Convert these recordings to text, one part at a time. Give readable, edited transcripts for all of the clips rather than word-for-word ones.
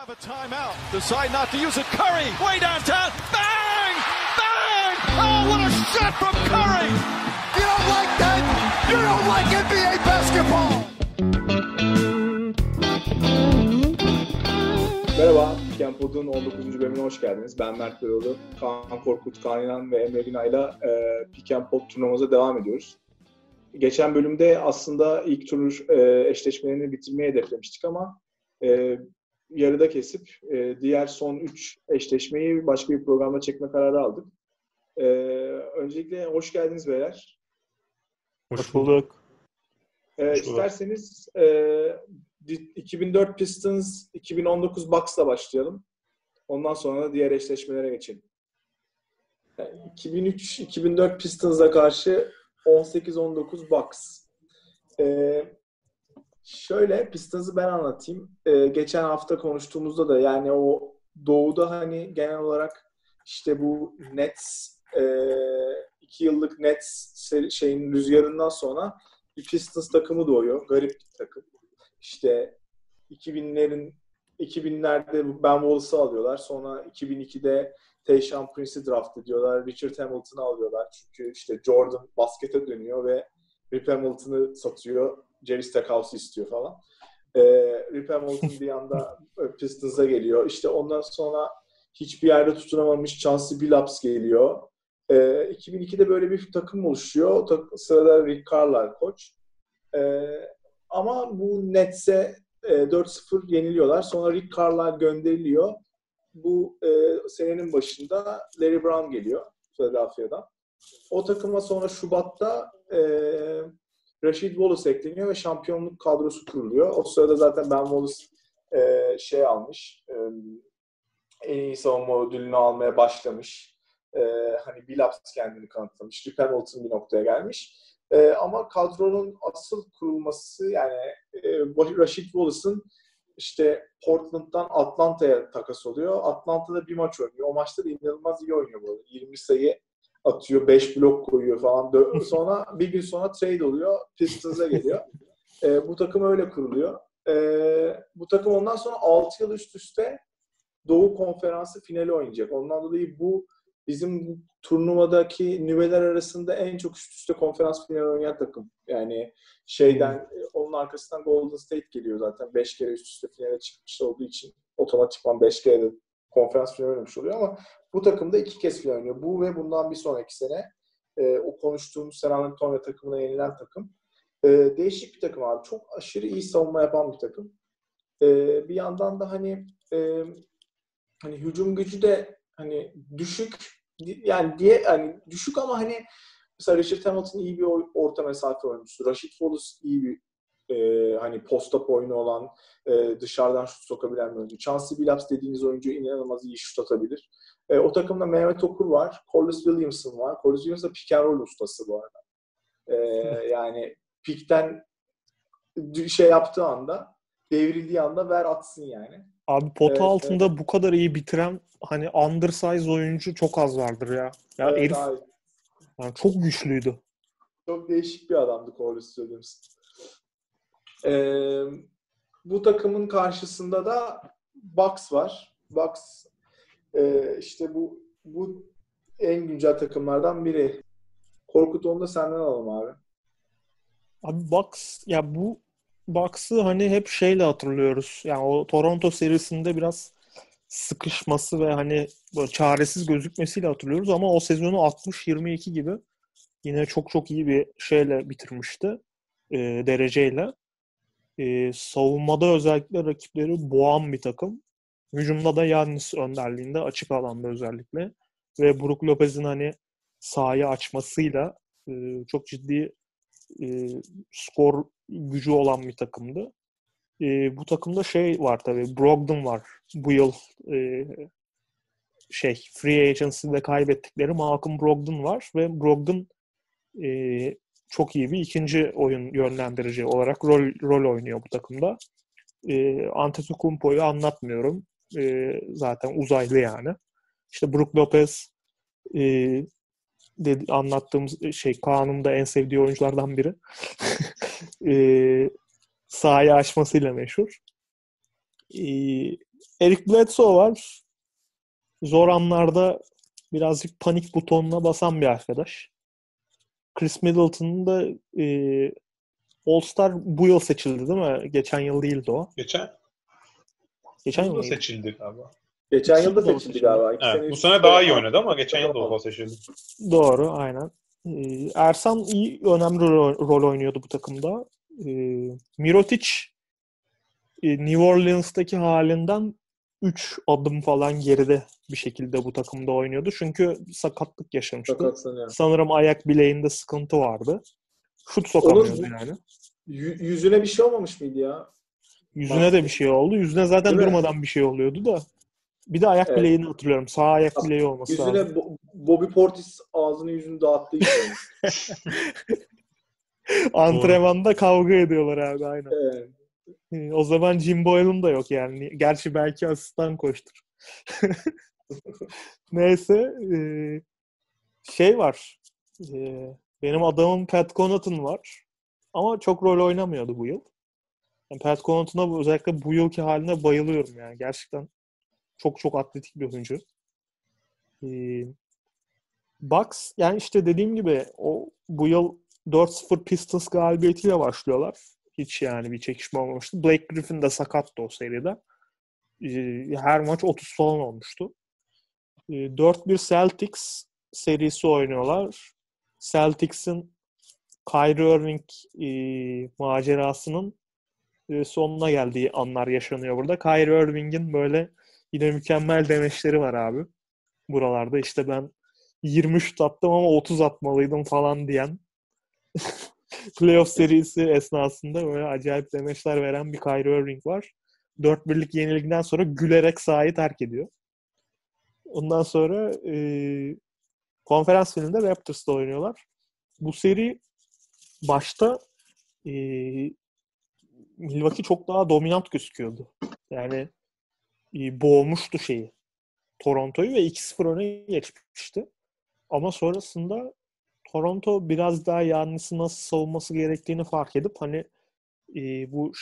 Have a timeout. Decide not to use it. Curry, way downtown. Bang! Bang! Oh, what a shot from Curry! You don't like that? You don't like NBA basketball. Merhaba, Pick & Pod'un 19. bölümüne hoş geldiniz. Ben Mert Köroğlu, Kaan Korkut, Kaan İnan ve Emre Günay'la Pick & Pod turnuvamıza devam ediyoruz. Geçen bölümde aslında ilk tur eşleşmelerini bitirmeyi hedeflemiştik ama yarıda kesip diğer son 3 eşleşmeyi başka bir programda çekme kararı aldık. Öncelikle hoş geldiniz beyler. Hoş bulduk. İsterseniz 2004 Pistons, 2019 Bucks'la başlayalım. Ondan sonra da diğer eşleşmelere geçelim. 2003-2004 Pistons'a karşı 18-19 Bucks. Şöyle Pistons'ı ben anlatayım. Geçen hafta konuştuğumuzda da yani o doğuda hani genel olarak işte bu Nets 2 yıllık Nets şeyin rüzgarından sonra bir Pistons takımı doğuyor. Garip bir takım. İşte 2000'lerde Ben Wallace'ı alıyorlar. Sonra 2002'de Tayshaun Prince'i draft ediyorlar. Richard Hamilton'ı alıyorlar. Çünkü işte Jordan baskete dönüyor ve Rip Hamilton'ı satıyor. Jerry Stackhouse'u istiyor falan. Rip Hamilton bir anda Pistons'a geliyor. İşte ondan sonra hiçbir yerde tutunamamış Chauncey Billups geliyor. 2002'de böyle bir takım oluşuyor. O sırada Rick Carlisle koç. Ama bu Nets'e 4-0 yeniliyorlar. Sonra Rick Carlisle gönderiliyor. Bu senenin başında Larry Brown geliyor Philadelphia'dan. O takıma sonra Şubat'ta Rasheed Wallace ekleniyor ve şampiyonluk kadrosu kuruluyor. O sırada zaten Ben Wallace almış. En iyi savunma ödülünü almaya başlamış. Hani Billups kendini kanıtlamış. Rip Hamilton bir noktaya gelmiş. Ama kadronun asıl kurulması yani Rasheed Wallace'ın işte Portland'dan Atlanta'ya takas oluyor. Atlanta'da bir maç oynuyor. O maçta da inanılmaz iyi oynuyor bu arada. 20 sayı atıyor, 5 blok koyuyor falan. Sonra bir gün sonra trade oluyor. Pistons'a geliyor. Bu takım öyle kuruluyor. Bu takım ondan sonra 6 yıl üst üste Doğu Konferansı finali oynayacak. Ondan dolayı bu bizim bu turnuvadaki nüveler arasında en çok üst üste konferans finali oynayan takım. Yani onun arkasından Golden State geliyor zaten. 5 kere üst üste finale çıkmış olduğu için otomatikman 5 kere de konferans finali oynamış oluyor ama bu takım da 2 kez final oynuyor. Bu ve bundan bir sonraki sene o konuştuğumuz San Antonio takımına yenilen takım. Değişik bir takım abi. Çok aşırı iyi savunma yapan bir takım. Bir yandan da hani hücum gücü de hani düşük yani düşük ama hani mesela Richard Hamilton iyi bir orta mesafe oyuncusu. Rasheed Wallace iyi bir hani post-up oyunu olan dışarıdan şut sokabilen bir oyuncu. Chauncey Billups dediğiniz oyuncu inanılmaz iyi şut atabilir. O takımda Mehmet Okur var. Corliss Williamson var. Corliss Williamson da pick and roll ustası bu arada. Yani pickten yaptığı anda, devrildiği anda ver atsın yani. Abi pota altında bu kadar iyi bitiren hani undersize oyuncu çok az vardır ya. Ya evet, herif yani çok güçlüydü. Çok değişik bir adamdı Corliss Williamson. Bu takımın karşısında da Bucks var. Bucks işte bu en güncel takımlardan biri. Korkut, onu da senden alalım abi. Abi Bucks ya bu Bucks'ı hani hep şeyle hatırlıyoruz. Yani o Toronto serisinde biraz sıkışması ve hani böyle çaresiz gözükmesiyle hatırlıyoruz ama o sezonu 60-22 gibi yine çok çok iyi bir şeyle bitirmişti. Dereceyle. Savunmada özellikle rakipleri boğan bir takım. Hücumda da Giannis önderliğinde açık alanda özellikle. Ve Brook Lopez'in hani sahayı açmasıyla çok ciddi skor gücü olan bir takımdı. Bu takımda var tabii. Brogdon var. Bu yıl free agency'de kaybettikleri Malcolm Brogdon var ve Brogdon çok iyi bir ikinci oyun yönlendirici olarak rol oynuyor bu takımda. Antetokounmpo'yu anlatmıyorum. Zaten uzaylı yani. İşte Brook Lopez anlattığımız Kaan'ın da en sevdiği oyunculardan biri. Sahayı açmasıyla meşhur. Eric Bledsoe var. Zor anlarda birazcık panik butonuna basan bir arkadaş. Chris Middleton'ın da All-Star bu yıl seçildi değil mi? Geçen yıl değildi o. Geçen yıl da mıydı? seçildi galiba. Geçen İki yılda yılda seçildi galiba. Evet, bu sene daha iyi oynadı ama geçen yıl da oldu. o seçildi. Doğru, aynen. Ersan iyi, önemli rol oynuyordu bu takımda. Mirotic New Orleans'taki halinden 3 adım falan geride bir şekilde bu takımda oynuyordu. Çünkü sakatlık yaşamıştı. Sakatlanıyor. Sanırım ayak bileğinde sıkıntı vardı. Şut sokamıyordu yani. Yüzüne bir şey olmamış mıydı ya? Yüzüne de bir şey oldu. Yüzüne zaten Değil mi? durmadan bir şey oluyordu da. Bir de ayak bileğini hatırlıyorum. Sağ ayak bileği olması yüzüne lazım. Bobby Portis ağzını yüzünü dağıttığı gibi olmuş. Antrenmanda kavga ediyorlar abi aynen. Evet. O zaman Jim Boyle'ın da yok yani. Gerçi belki asistan koştur. Neyse. Şey var. Benim adamım Pat Connaughton var. Ama çok rol oynamıyordu bu yıl. Yani Pat Connaughton'a özellikle bu yılki haline bayılıyorum yani. Gerçekten çok çok atletik bir oyuncu. Bucks yani işte dediğim gibi bu yıl 4-0 Pistons galibiyetiyle başlıyorlar. Hiç yani bir çekişme olmamıştı. Blake Griffin de sakattı o seride. Her maç 30 falan olmuştu. 4-1 Celtics serisi oynuyorlar. Celtics'in Kyrie Irving macerasının sonuna geldiği anlar yaşanıyor burada. Kyrie Irving'in böyle yine mükemmel demeçleri var abi. Buralarda işte ben 20 şut attım ama 30 atmalıydım falan diyen playoff serisi esnasında böyle acayip demeçler veren bir Kyrie Irving var. 4-1'lik yenilgiden sonra gülerek sahayı terk ediyor. Ondan sonra konferans finalinde Raptors'ta oynuyorlar. Bu seri başta Milwaukee çok daha dominant gözüküyordu. Yani boğmuştu Toronto'yu ve 2-0 öne geçmişti. Ama sonrasında Toronto biraz daha Giannis'i nasıl savunması gerektiğini fark edip hani bu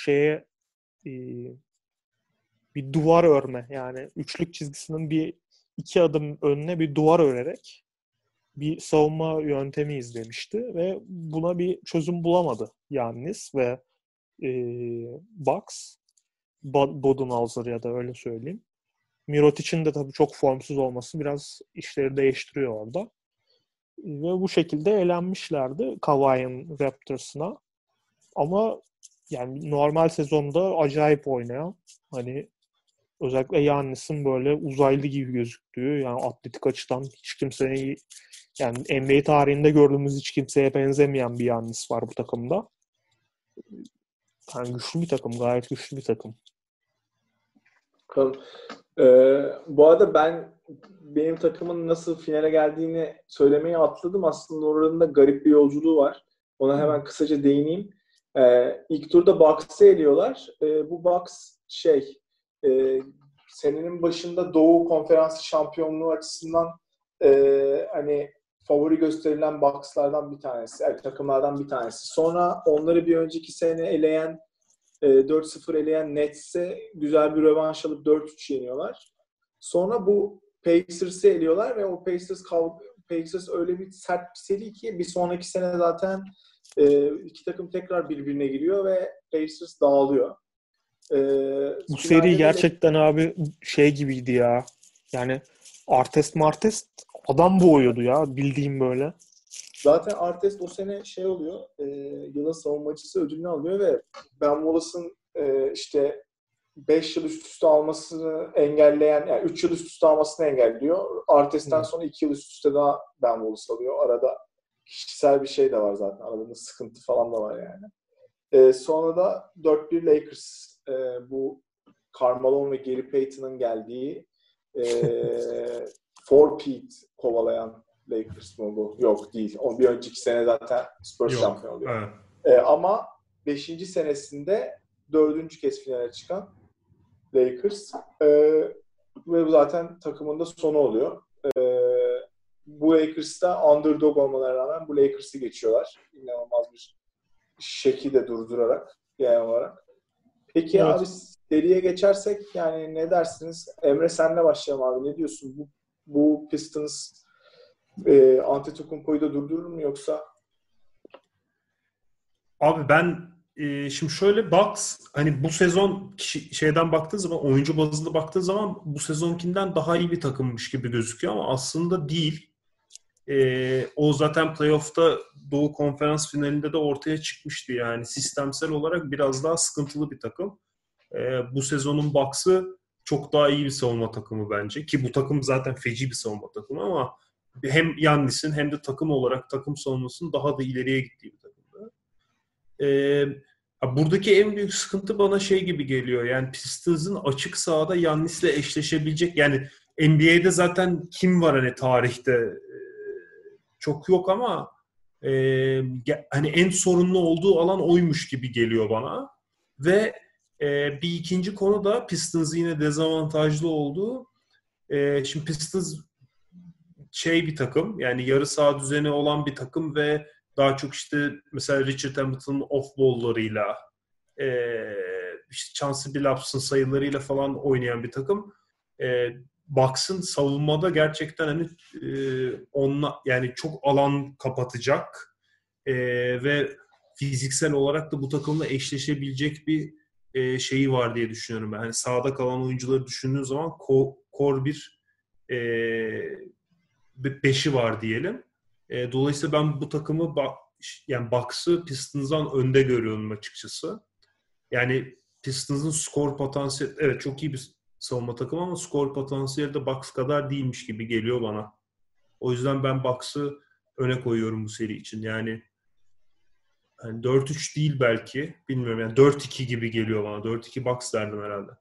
bir duvar örme yani üçlük çizgisinin bir iki adım önüne bir duvar örerek bir savunma yöntemi izlemişti ve buna bir çözüm bulamadı Giannis ve Bucks. Budenholzer ya da öyle söyleyeyim. Mirotic'in de tabii çok formsuz olması biraz işleri değiştiriyor orada. Ve bu şekilde elenmişlerdi Kawhi'nin Raptors'ına. Ama yani normal sezonda acayip oynayan hani özellikle Giannis'in böyle uzaylı gibi gözüktüğü yani atletik açıdan hiç kimseyi yani NBA tarihinde gördüğümüz hiç kimseye benzemeyen bir Giannis var bu takımda. Yani güçlü bir takım. Gayet güçlü bir takım. Bu arada benim takımın nasıl finale geldiğini söylemeyi atladım. Aslında oranın da garip bir yolculuğu var. Ona hemen kısaca değineyim. İlk turda Bucks'ı eliyorlar. Bu Bucks senenin başında Doğu Konferansı şampiyonluğu açısından hani favori gösterilen Bucks'lardan bir tanesi, takımlardan bir tanesi. Sonra onları bir önceki sene eleyen 4-0 eleyen Nets'e güzel bir rövanş alıp 4-3 yeniyorlar. Sonra bu Pacers'ı eliyorlar ve o Pacers öyle bir sert bir seri ki bir sonraki sene zaten iki takım tekrar birbirine giriyor ve Pacers dağılıyor. Bu seri gerçekten abi gibiydi ya. Yani Artest adam boğuyordu ya bildiğim böyle. Zaten Artest o sene oluyor. Yılın savunmacısı ödülünü alıyor ve Ben Wallace'ın işte 5 yıl üst üste almasını engelleyen, yani 3 yıl üst üste almasını engelliyor. Artest'ten sonra 2 yıl üst üste daha Ben Wallace alıyor. Arada kişisel bir şey de var zaten. Arada sıkıntı falan da var yani. Sonra da 4-1 Lakers. Bu Karl Malone ve Gary Payton'ın geldiği four-peat kovalayan Lakers mı bu? Yok değil. O bir önceki sene zaten Spurs şampiyon oluyor. Ama 5. senesinde 4. kez finale çıkan Lakers ve zaten takımın da sonu oluyor. Bu Lakers'ta underdog olmalarına rağmen bu Lakers'ı geçiyorlar. İnanılmaz bir şekilde durdurarak genel olarak. Peki Evet. abi seriye geçersek yani ne dersiniz? Emre senle başlayalım abi. Ne diyorsun? Bu Pistons Antetokounmpo'yu da durdurur mu yoksa? Abi ben şimdi şöyle Bucks hani bu sezon şeyden baktığı zaman oyuncu bazında baktığı zaman bu sezonkinden daha iyi bir takımmış gibi gözüküyor ama aslında değil. O zaten playoff'ta Doğu Konferans finalinde de ortaya çıkmıştı yani sistemsel olarak biraz daha sıkıntılı bir takım. Bu sezonun Bucks'ı çok daha iyi bir savunma takımı bence ki bu takım zaten feci bir savunma takımı ama hem Yannis'in hem de takım olarak takım savunmasının daha da ileriye gittiği bir takımdı. Buradaki en büyük sıkıntı bana şey gibi geliyor. Yani Pistons'ın açık sahada Yannis'le eşleşebilecek yani NBA'de zaten kim var hani tarihte çok yok ama hani en sorunlu olduğu alan oymuş gibi geliyor bana. Ve bir ikinci konu da Pistons'ın yine dezavantajlı olduğu. Şimdi Pistons şey bir takım yani yarı saha düzeni olan bir takım ve daha çok işte mesela Richard Hamilton'ın off-ball'larıyla işte Chauncey Billups'ın sayılarıyla falan oynayan bir takım. Bucks'ın savunmada gerçekten hani yani çok alan kapatacak ve fiziksel olarak da bu takımla eşleşebilecek bir şeyi var diye düşünüyorum ben. Hani sahada kalan oyuncuları düşündüğün zaman core bir beşi var diyelim. Dolayısıyla ben bu takımı yani Bucks'ı Pistons'dan önde görüyorum açıkçası. Yani Pistons'ın skor potansiyeli evet çok iyi bir savunma takımı ama skor potansiyeli de Bucks kadar değilmiş gibi geliyor bana. O yüzden ben Bucks'ı öne koyuyorum bu seri için. Yani 4-3 değil belki. Bilmiyorum yani 4-2 gibi geliyor bana. 4-2 Bucks derdim herhalde.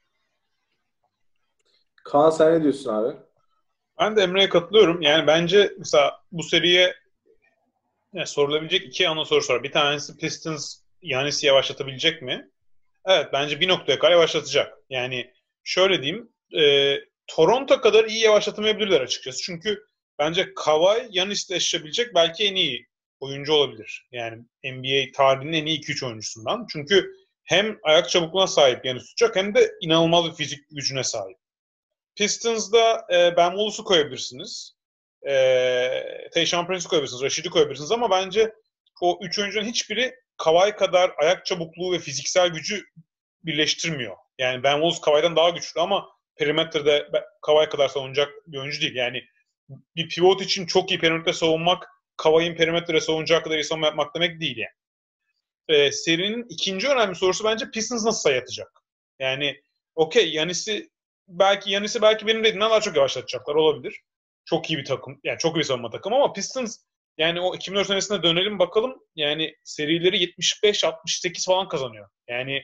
Kaan sen ne diyorsun abi? Ben de Emre'ye katılıyorum. Yani bence mesela bu seriye sorulabilecek iki ana soru var. Bir tanesi Pistons Giannis'i yavaşlatabilecek mi? Evet, bence bir noktaya kadar yavaşlatacak. Yani şöyle diyeyim, Toronto kadar iyi yavaşlatamayabilirler açıkçası. Çünkü bence Kawhi Giannis'le eşleşebilecek belki en iyi oyuncu olabilir. Yani NBA tarihinin en iyi 2-3 oyuncusundan. Çünkü hem ayak çabukluğuna sahip Giannis tutacak hem de inanılmaz bir fizik gücüne sahip. Pistons'da Ben Wallace'u koyabilirsiniz. Tayshaun Prince'i koyabilirsiniz. Rashid'i koyabilirsiniz ama bence o üç oyuncunun hiçbiri Kawhi kadar ayak çabukluğu ve fiziksel gücü birleştirmiyor. Yani Ben Wallace Kawhi'den daha güçlü ama perimetrede Kawhi kadar savunacak bir oyuncu değil. Yani bir pivot için çok iyi perimetre savunmak Kawhi'nin perimetre savunacağı kadar iyi savunma yapmak demek değil yani. Serinin ikinci önemli sorusu bence Pistons nasıl sayı atacak? Yani okey Giannis'i belki benim dediğimden daha çok yavaşlatacaklar olabilir. Çok iyi bir takım. Yani çok iyi bir savunma takım ama Pistons yani o 2004 senesine dönelim bakalım. Yani serileri 75-68 falan kazanıyor. Yani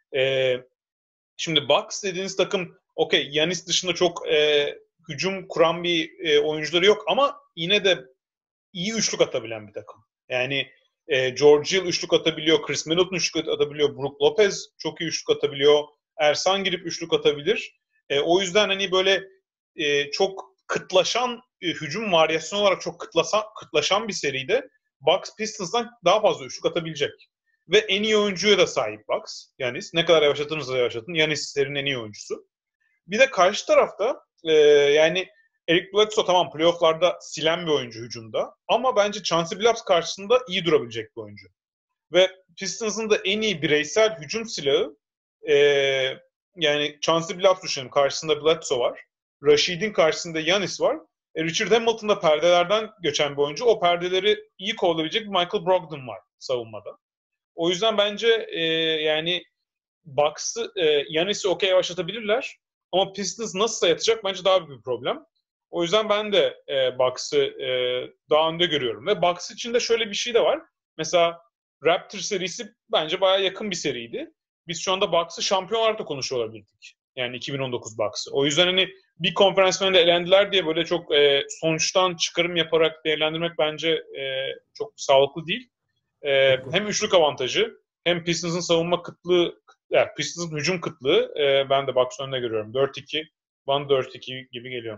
şimdi Bucks dediğiniz takım okey Giannis dışında çok hücum kuran bir oyuncuları yok ama yine de iyi üçlük atabilen bir takım. Yani George Hill üçlük atabiliyor, Chris Middleton üçlük atabiliyor, Brook Lopez çok iyi üçlük atabiliyor, Ersan girip üçlük atabilir. O yüzden hani böyle çok kıtlaşan hücum varyasyonu olarak çok kıtlaşan bir seride Bucks Pistons'dan daha fazla üçlük atabilecek. Ve en iyi oyuncuya da sahip Bucks. Giannis. Ne kadar yavaşlatırsanız yavaşlatın. Giannis serinin en iyi oyuncusu. Bir de karşı tarafta yani Eric Bledsoe tamam playoff'larda silen bir oyuncu hücumda. Ama bence Chauncey Billups karşısında iyi durabilecek bir oyuncu. Ve Pistons'ın da en iyi bireysel hücum silahı yani Chauncey Billups düşünelim. Karşısında Bledsoe var. Rashid'in karşısında Giannis var. Richard Hamilton da perdelerden geçen bir oyuncu. O perdeleri iyi kovalabilecek bir Michael Brogdon var savunmada. O yüzden bence yani Bucks'ı Giannis'i okey yavaşlatabilirler. Ama Pistons nasıl sayatacak bence daha büyük bir problem. O yüzden ben de Bucks'ı daha önde görüyorum. Ve Bucks için de şöyle bir şey de var. Mesela Raptor serisi bence bayağı yakın bir seriydi. Biz şu anda Bucks'ı şampiyon olarak da konuşuyor olabilirdik. Yani 2019 Bucks'ı. O yüzden hani bir konferans finalinde elendiler diye böyle çok sonuçtan çıkarım yaparak değerlendirmek bence çok sağlıklı değil. Hem üçlük avantajı hem Pistons'ın savunma kıtlığı yani Pistons'ın hücum kıtlığı ben de Bucks'ın önüne görüyorum. 4-2 bana 4-2 gibi geliyor.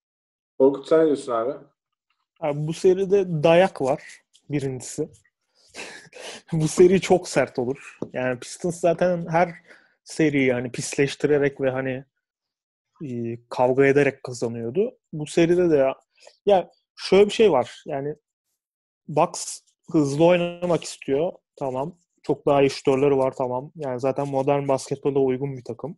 Korkut sen ne diyorsun abi? Abi bu seride dayak var birincisi. Bu seri çok sert olur. Yani Pistons zaten her seriyi yani pisleştirerek ve hani kavga ederek kazanıyordu. Bu seride de ya şöyle bir şey var. Yani Bucks hızlı oynamak istiyor. Tamam. Çok daha iyi şutörleri var, tamam. Yani zaten modern basketbola uygun bir takım.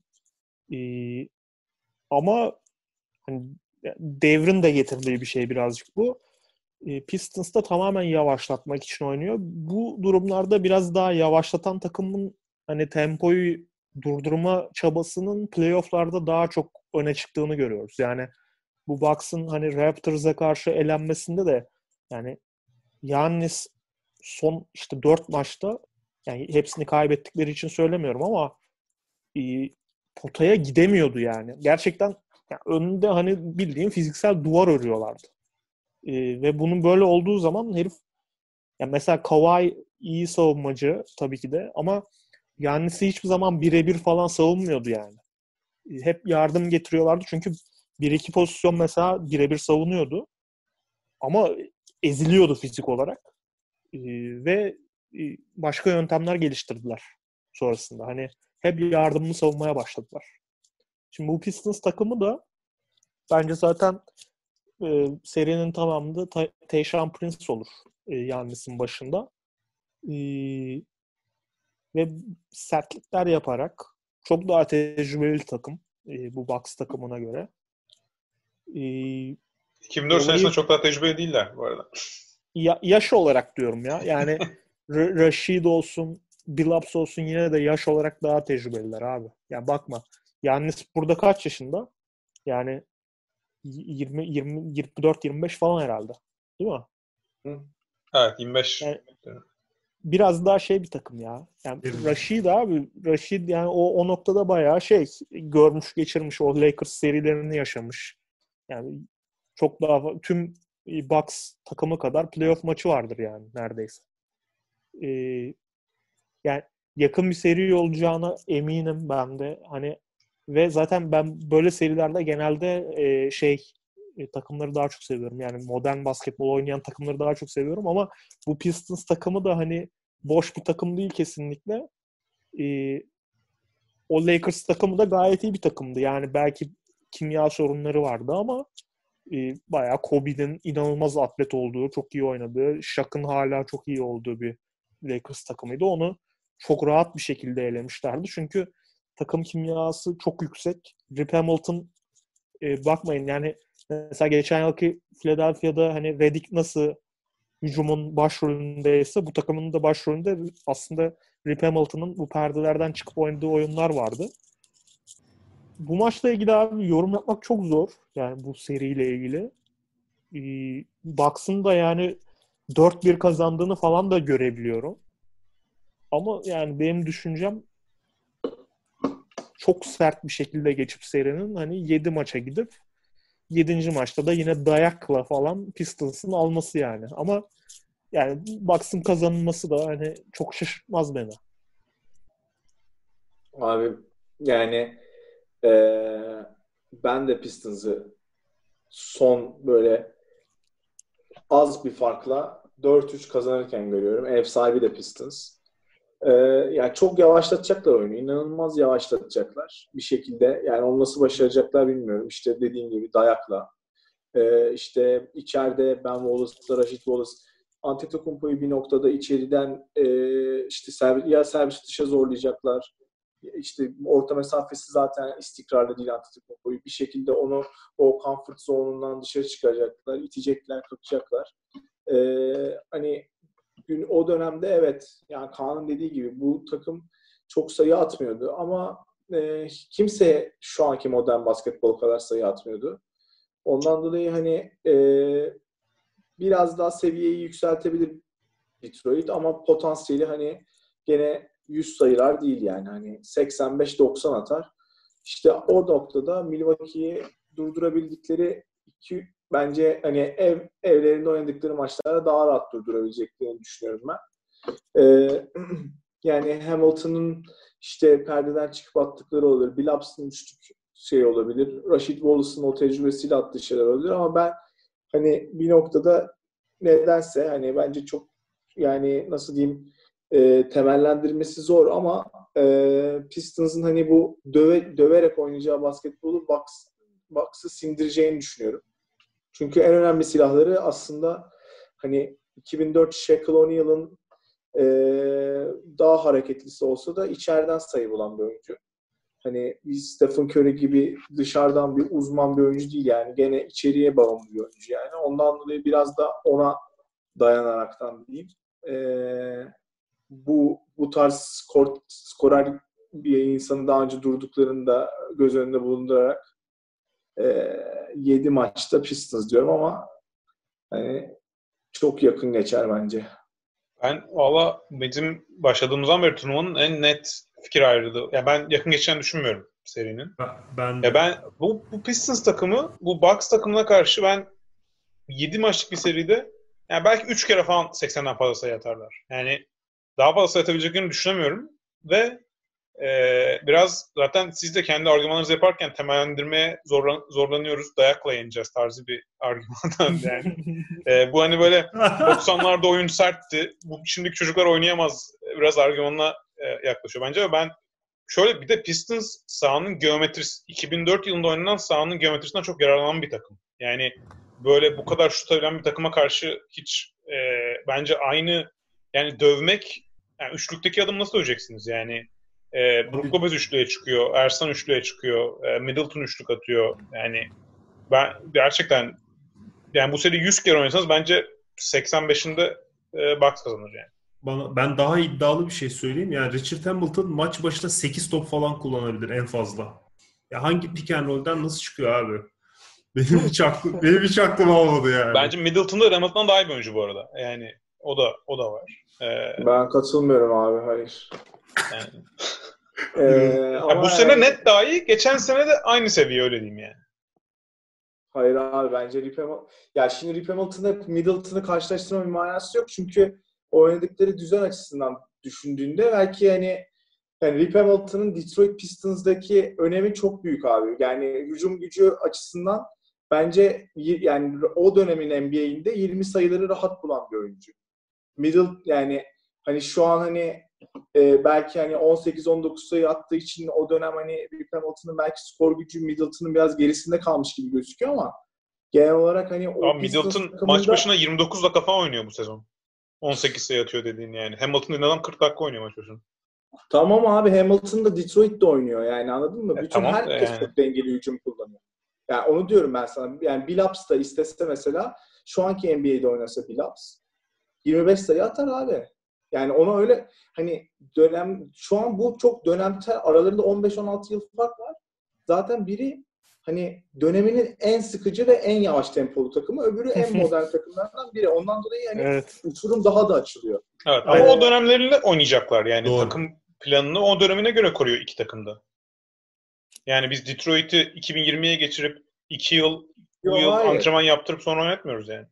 Ama hani devrin de getirdiği bir şey birazcık bu. Pistons da tamamen yavaşlatmak için oynuyor. Bu durumlarda biraz daha yavaşlatan takımın hani tempoyu durdurma çabasının playoff'larda daha çok öne çıktığını görüyoruz. Yani bu Bucks'ın hani Raptors'a karşı elenmesinde de yani Giannis son işte 4 maçta, yani hepsini kaybettikleri için söylemiyorum ama potaya gidemiyordu yani. Gerçekten yani önünde hani bildiğin fiziksel duvar örüyorlardı. Ve bunun böyle olduğu zaman herif, yani mesela Kawhi iyi savunmacı tabii ki de ama Giannis'i hiçbir zaman birebir falan savunmuyordu yani. Hep yardım getiriyorlardı çünkü bir iki pozisyon mesela birebir savunuyordu. Ama eziliyordu fizik olarak. Ve başka yöntemler geliştirdiler sonrasında. Hani hep yardımını savunmaya başladılar. Şimdi bu Pistons takımı da bence zaten serinin tamamında Tayshaun Prince olur Giannis'in başında. Ve sertlikler yaparak çok daha tecrübeli takım bu Bucks takımına göre. 2004 senesinde çok daha tecrübeli değiller bu arada. Yaş olarak diyorum ya. Yani Rashid olsun, Billups olsun yine de yaş olarak daha tecrübeliler abi. Yani bakma. Giannis burada kaç yaşında? Yani 24-25 falan herhalde. Değil mi? Evet, 25. Yani biraz daha şey bir takım ya. Yani Rashid yani o noktada bayağı görmüş geçirmiş, o Lakers serilerini yaşamış. Yani çok daha tüm Bucks takımı kadar playoff maçı vardır yani neredeyse. Yani yakın bir seri olacağına eminim ben de. Hani ve zaten ben böyle serilerde genelde takımları daha çok seviyorum. Yani modern basketbol oynayan takımları daha çok seviyorum ama bu Pistons takımı da hani boş bir takım değil kesinlikle. O Lakers takımı da gayet iyi bir takımdı. Yani belki kimya sorunları vardı ama bayağı Kobe'nin inanılmaz atlet olduğu, çok iyi oynadığı, Shaq'ın hala çok iyi olduğu bir Lakers takımıydı. Onu çok rahat bir şekilde elemişlerdi. Çünkü takım kimyası çok yüksek. Rip Hamilton bakmayın yani mesela geçen yılki Philadelphia'da hani Redick nasıl hücumun başrolündeyse bu takımın da başrolünde aslında Rip Hamilton'ın bu perdelerden çıkıp oynadığı oyunlar vardı. Bu maçla ilgili abi yorum yapmak çok zor. Yani bu seriyle ilgili. Bucks'ın da yani 4-1 kazandığını falan da görebiliyorum. Ama yani benim düşüncem çok sert bir şekilde geçip serinin hani 7 maça gidip 7. maçta da yine dayakla falan Pistons'ın alması yani. Ama yani Bucks'ın kazanılması da hani çok şaşırtmaz beni. Abi yani ben de Pistons'ı son böyle az bir farkla 4-3 kazanırken görüyorum. Ev sahibi de Pistons. Yani çok yavaşlatacaklar oyunu. İnanılmaz yavaşlatacaklar bir şekilde. Yani onu nasıl başaracaklar bilmiyorum. İşte dediğim gibi dayakla. İşte içeride Ben Wallace'la Rashid Wallace Antetokounmpo'yu bir noktada içeriden işte servis dışa zorlayacaklar. İşte orta mesafesi zaten istikrarlı değil Antetokounmpo'yu. Bir şekilde onu o comfort zone'undan dışarı çıkaracaklar, itecekler, kakacaklar. Hani o dönemde evet yani Kaan'ın dediği gibi bu takım çok sayı atmıyordu ama kimse şu anki modern basketbol kadar sayı atmıyordu. Ondan dolayı hani biraz daha seviyeyi yükseltebilir Detroit ama potansiyeli hani gene 100 sayılar değil yani hani 85-90 atar. İşte o noktada Milwaukee'yi durdurabildikleri bence hani evlerinde oynadıkları maçlarda daha rahat durdurabileceklerini düşünüyorum ben. Yani Hamilton'ın işte perdeden çıkıp attıkları olabilir. Billups'ın üçlük olabilir. Rashid Wallace'ın o tecrübesiyle attığı şeyler olabilir ama ben hani bir noktada nedense hani bence çok yani nasıl diyeyim, temellendirmesi zor ama Pistons'ın hani bu döverek oynayacağı basketbolu Bucks'ı sindireceğini düşünüyorum. Çünkü en önemli silahları aslında hani 2004 Shaquille O'Neal'ın daha hareketlisi olsa da içeriden sayı bulan bir oyuncu. Hani Stephen Curry gibi dışarıdan bir uzman bir oyuncu değil yani. Gene içeriye bağımlı bir oyuncu yani. Ondan dolayı biraz da ona dayanaraktan diyeyim. Bu tarz skorer bir insanı daha önce durduklarını da göz önünde bulundurarak 7 maçta Pistons diyorum ama hani çok yakın geçer bence. Ben valla bizim başladığımızdan beri turnuvanın en net fikir ayrılığı. Ya ben yakın geçeceğini düşünmüyorum serinin. Ben bu Pistons takımı, bu Bucks takımına karşı ben 7 maçlık bir seride yani belki 3 kere falan 80'den fazla sayı atarlar. Yani daha fazla sayı atabileceklerini düşünemiyorum ve biraz zaten siz de kendi argümanlarınızı yaparken temellendirmeye zorlanıyoruz, dayakla yeneceğiz tarzı bir argümandan yani. Bu hani böyle 90'larda oyun sertti, bu şimdiki çocuklar oynayamaz biraz argümanına yaklaşıyor bence ve ben şöyle bir de Pistons sahanın geometrisi, 2004 yılında oynanan sahanın geometrisinden çok yararlanan bir takım. Yani böyle bu kadar şut atabilen bir takıma karşı hiç bence aynı yani dövmek, yani üçlükteki adımı nasıl döveceksiniz yani? Brook Lopez üçlüğe çıkıyor, Ersan üçlüğe çıkıyor, Middleton üçlük atıyor. Yani ben gerçekten yani bu seri 100 kere oynasanız bence 85'inde Bucks kazanır yani. Ben daha iddialı bir şey söyleyeyim. Yani Richard Hamilton maç başına 8 top falan kullanabilir en fazla. Ya hangi pick and roll'den nasıl çıkıyor abi? Benim hiç aklım olmadı yani. Bence Middleton da Hamilton'dan daha iyi bir oyuncu bu arada. Yani o da var. Ben katılmıyorum abi, hayır. Yani. Ama bu sene net daha iyi. Geçen sene de aynı seviye, öyle diyeyim yani. Hayır abi, bence şimdi Rip Hamilton'la Middleton'ı karşılaştırma bir manası yok. Çünkü oynadıkları düzen açısından düşündüğünde belki yani Rip Hamilton'ın Detroit Pistons'daki önemi çok büyük abi. Yani hücum gücü açısından bence yani o dönemin NBA'inde 20 sayıları rahat bulan bir oyuncu. Yani hani şu an hani belki hani 18-19 sayı attığı için o dönem hani Rip Hamilton'ın belki skor gücü Middleton'ın biraz gerisinde kalmış gibi gözüküyor ama genel olarak hani o Middleton takımında... maç başına 29 dakika falan oynuyor bu sezon. 18 sayı atıyor dediğin yani. Hamilton dediğin adam 40 dakika oynuyor maç başına. Tamam abi, Hamilton da Detroit'te oynuyor yani, anladın mı? Bütün tamam, herkes yani. çok dengeli hücum kullanıyor. Yani onu diyorum ben sana. Yani Billups da istese mesela şu anki NBA'de oynasa Billups 25 sayı atar abi. Yani ona öyle hani şu an bu çok dönemsel, aralarında 15-16 yıl fark var. Zaten biri hani döneminin en sıkıcı ve en yavaş tempolu takımı, öbürü en modern takımlardan biri. Ondan dolayı yani uçurum daha da açılıyor. Evet, ama o dönemlerinde oynayacaklar yani. Doğru. Takım planını o dönemine göre koruyor iki takımda. Yani biz Detroit'i 2020'ye geçirip 2 yıl bu yıl antrenman yaptırıp sonra oynatmıyoruz yani.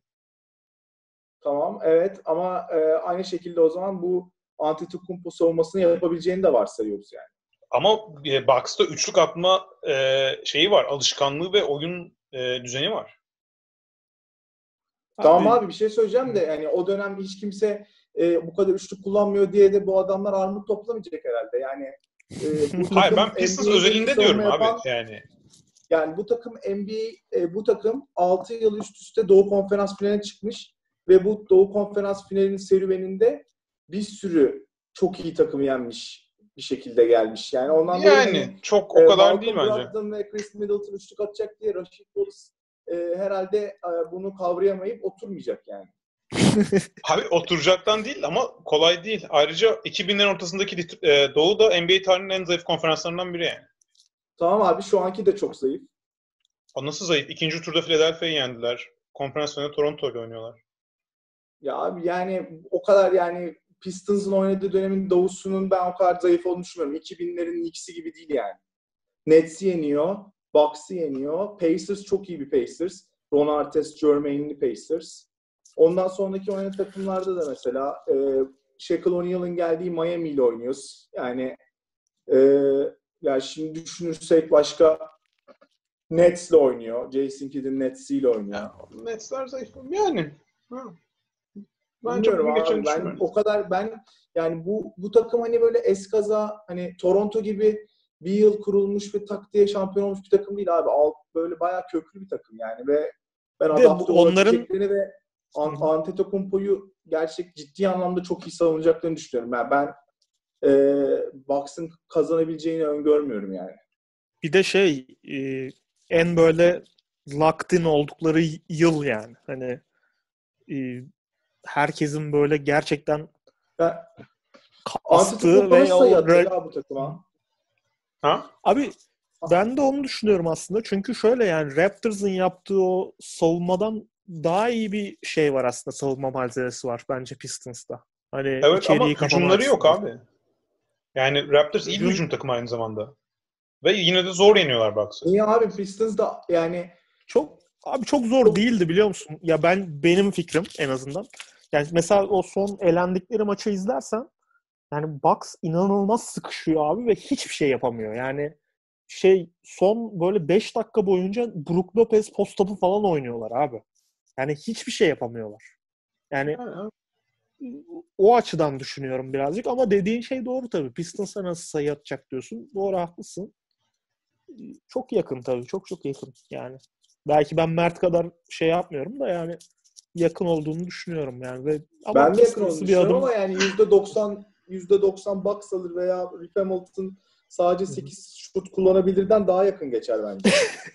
Tamam, evet ama aynı şekilde o zaman bu Antetokounmpo savunmasını yapabileceğini de varsayıyoruz yani. Ama Bucks'ta üçlük atma şeyi var, alışkanlığı ve oyun düzeni var. Tamam abi, bir şey söyleyeceğim de yani o dönem hiç kimse bu kadar üçlük kullanmıyor diye de bu adamlar armut toplamayacak herhalde. Yani hayır, ben Pistons özelinde diyorum abi yani. Yani bu takım bu takım 6 yıl üst üste Doğu Konferans finaline çıkmış ve bu Doğu Konferans finalinin serüveninde bir sürü çok iyi takımı yenmiş bir şekilde gelmiş. Yani ondan yani çok o kadar değil bence. Malcolm Brogdon ve Chris Middleton üçlük atacak diye Rashid Wallace herhalde bunu kavrayamayıp oturmayacak yani. Abi oturacaktan değil ama kolay değil. Ayrıca 2000'lerin ortasındaki Doğu da NBA tarihinin en zayıf konferanslarından biri yani. Tamam abi, şu anki de çok zayıf. O nasıl zayıf? İkinci turda Philadelphia'yı yendiler. Konferans finalinde Toronto'yla oynuyorlar. Ya abi yani o kadar yani Pistons'ın oynadığı dönemin Doğu'sunun ben o kadar zayıf olduğunu düşünmüyorum. 2000'lerin ikisi gibi değil yani. Nets'i yeniyor, Bucks'ı yeniyor. Pacers çok iyi bir Pacers. Ron Artest, Jermaine'li Pacers. Ondan sonraki oynadığı takımlarda da mesela Shaquille O'Neal'ın geldiği Miami ile oynuyoruz. Yani ya şimdi düşünürsek başka Nets'le oynuyor. Jason Kidd'in Nets'iyle oynuyor. Nets'ler zayıf yani. Bilmiyorum bunu geçen abi. Ben düşünmüyorum. o kadar yani bu takım hani böyle eskaza hani Toronto gibi bir yıl kurulmuş ve tak diye şampiyon olmuş bir takım değil abi. Böyle bayağı köklü bir takım yani ve ben Bir de adapte onların olabileceklerini ve Antetokounmpo'yu ciddi anlamda çok iyi savunacaklarını düşünüyorum. Yani ben Bucks'ın kazanabileceğini öngörmüyorum yani. bir de en böyle locked in oldukları yıl yani. Hani herkesin böyle gerçekten Ben kastığı Antetokounmpo ve nasıl sayı atıyor ya bu takıma? Ha? abi ben de onu düşünüyorum aslında. Çünkü şöyle yani Raptors'ın yaptığı o savunmadan daha iyi bir şey var aslında. Savunma malzemesi var bence Pistons'ta. Hani Evet ama içeriği kapama hücumları yok açısından. abi. Yani Raptors iyi bir Hücum- hücum takımı aynı zamanda. Ve yine de zor yeniyorlar Bucks'ı. Niye abi Pistons da yani çok zor değildi biliyor musun? Ya benim fikrim en azından. Yani mesela o son elendikleri maçı izlersen yani Bucks inanılmaz sıkışıyor abi ve hiçbir şey yapamıyor. Yani son böyle 5 dakika boyunca Brook Lopez post topu falan oynuyorlar abi. Yani hiçbir şey yapamıyorlar. Yani o açıdan düşünüyorum birazcık ama dediğin şey doğru tabii. Pistons'a nasıl sayı atacak diyorsun. Doğru, haklısın. Çok yakın tabii. Çok çok yakın yani. Belki ben Mert kadar şey yapmıyorum da yani yakın olduğunu düşünüyorum yani. Ama ben de yakın Pistons'ı olduğunu bir düşünüyorum adım ama yani %90 Bucks alır veya Rip Hamilton sadece 8 şut kullanabilirden daha yakın geçer bence.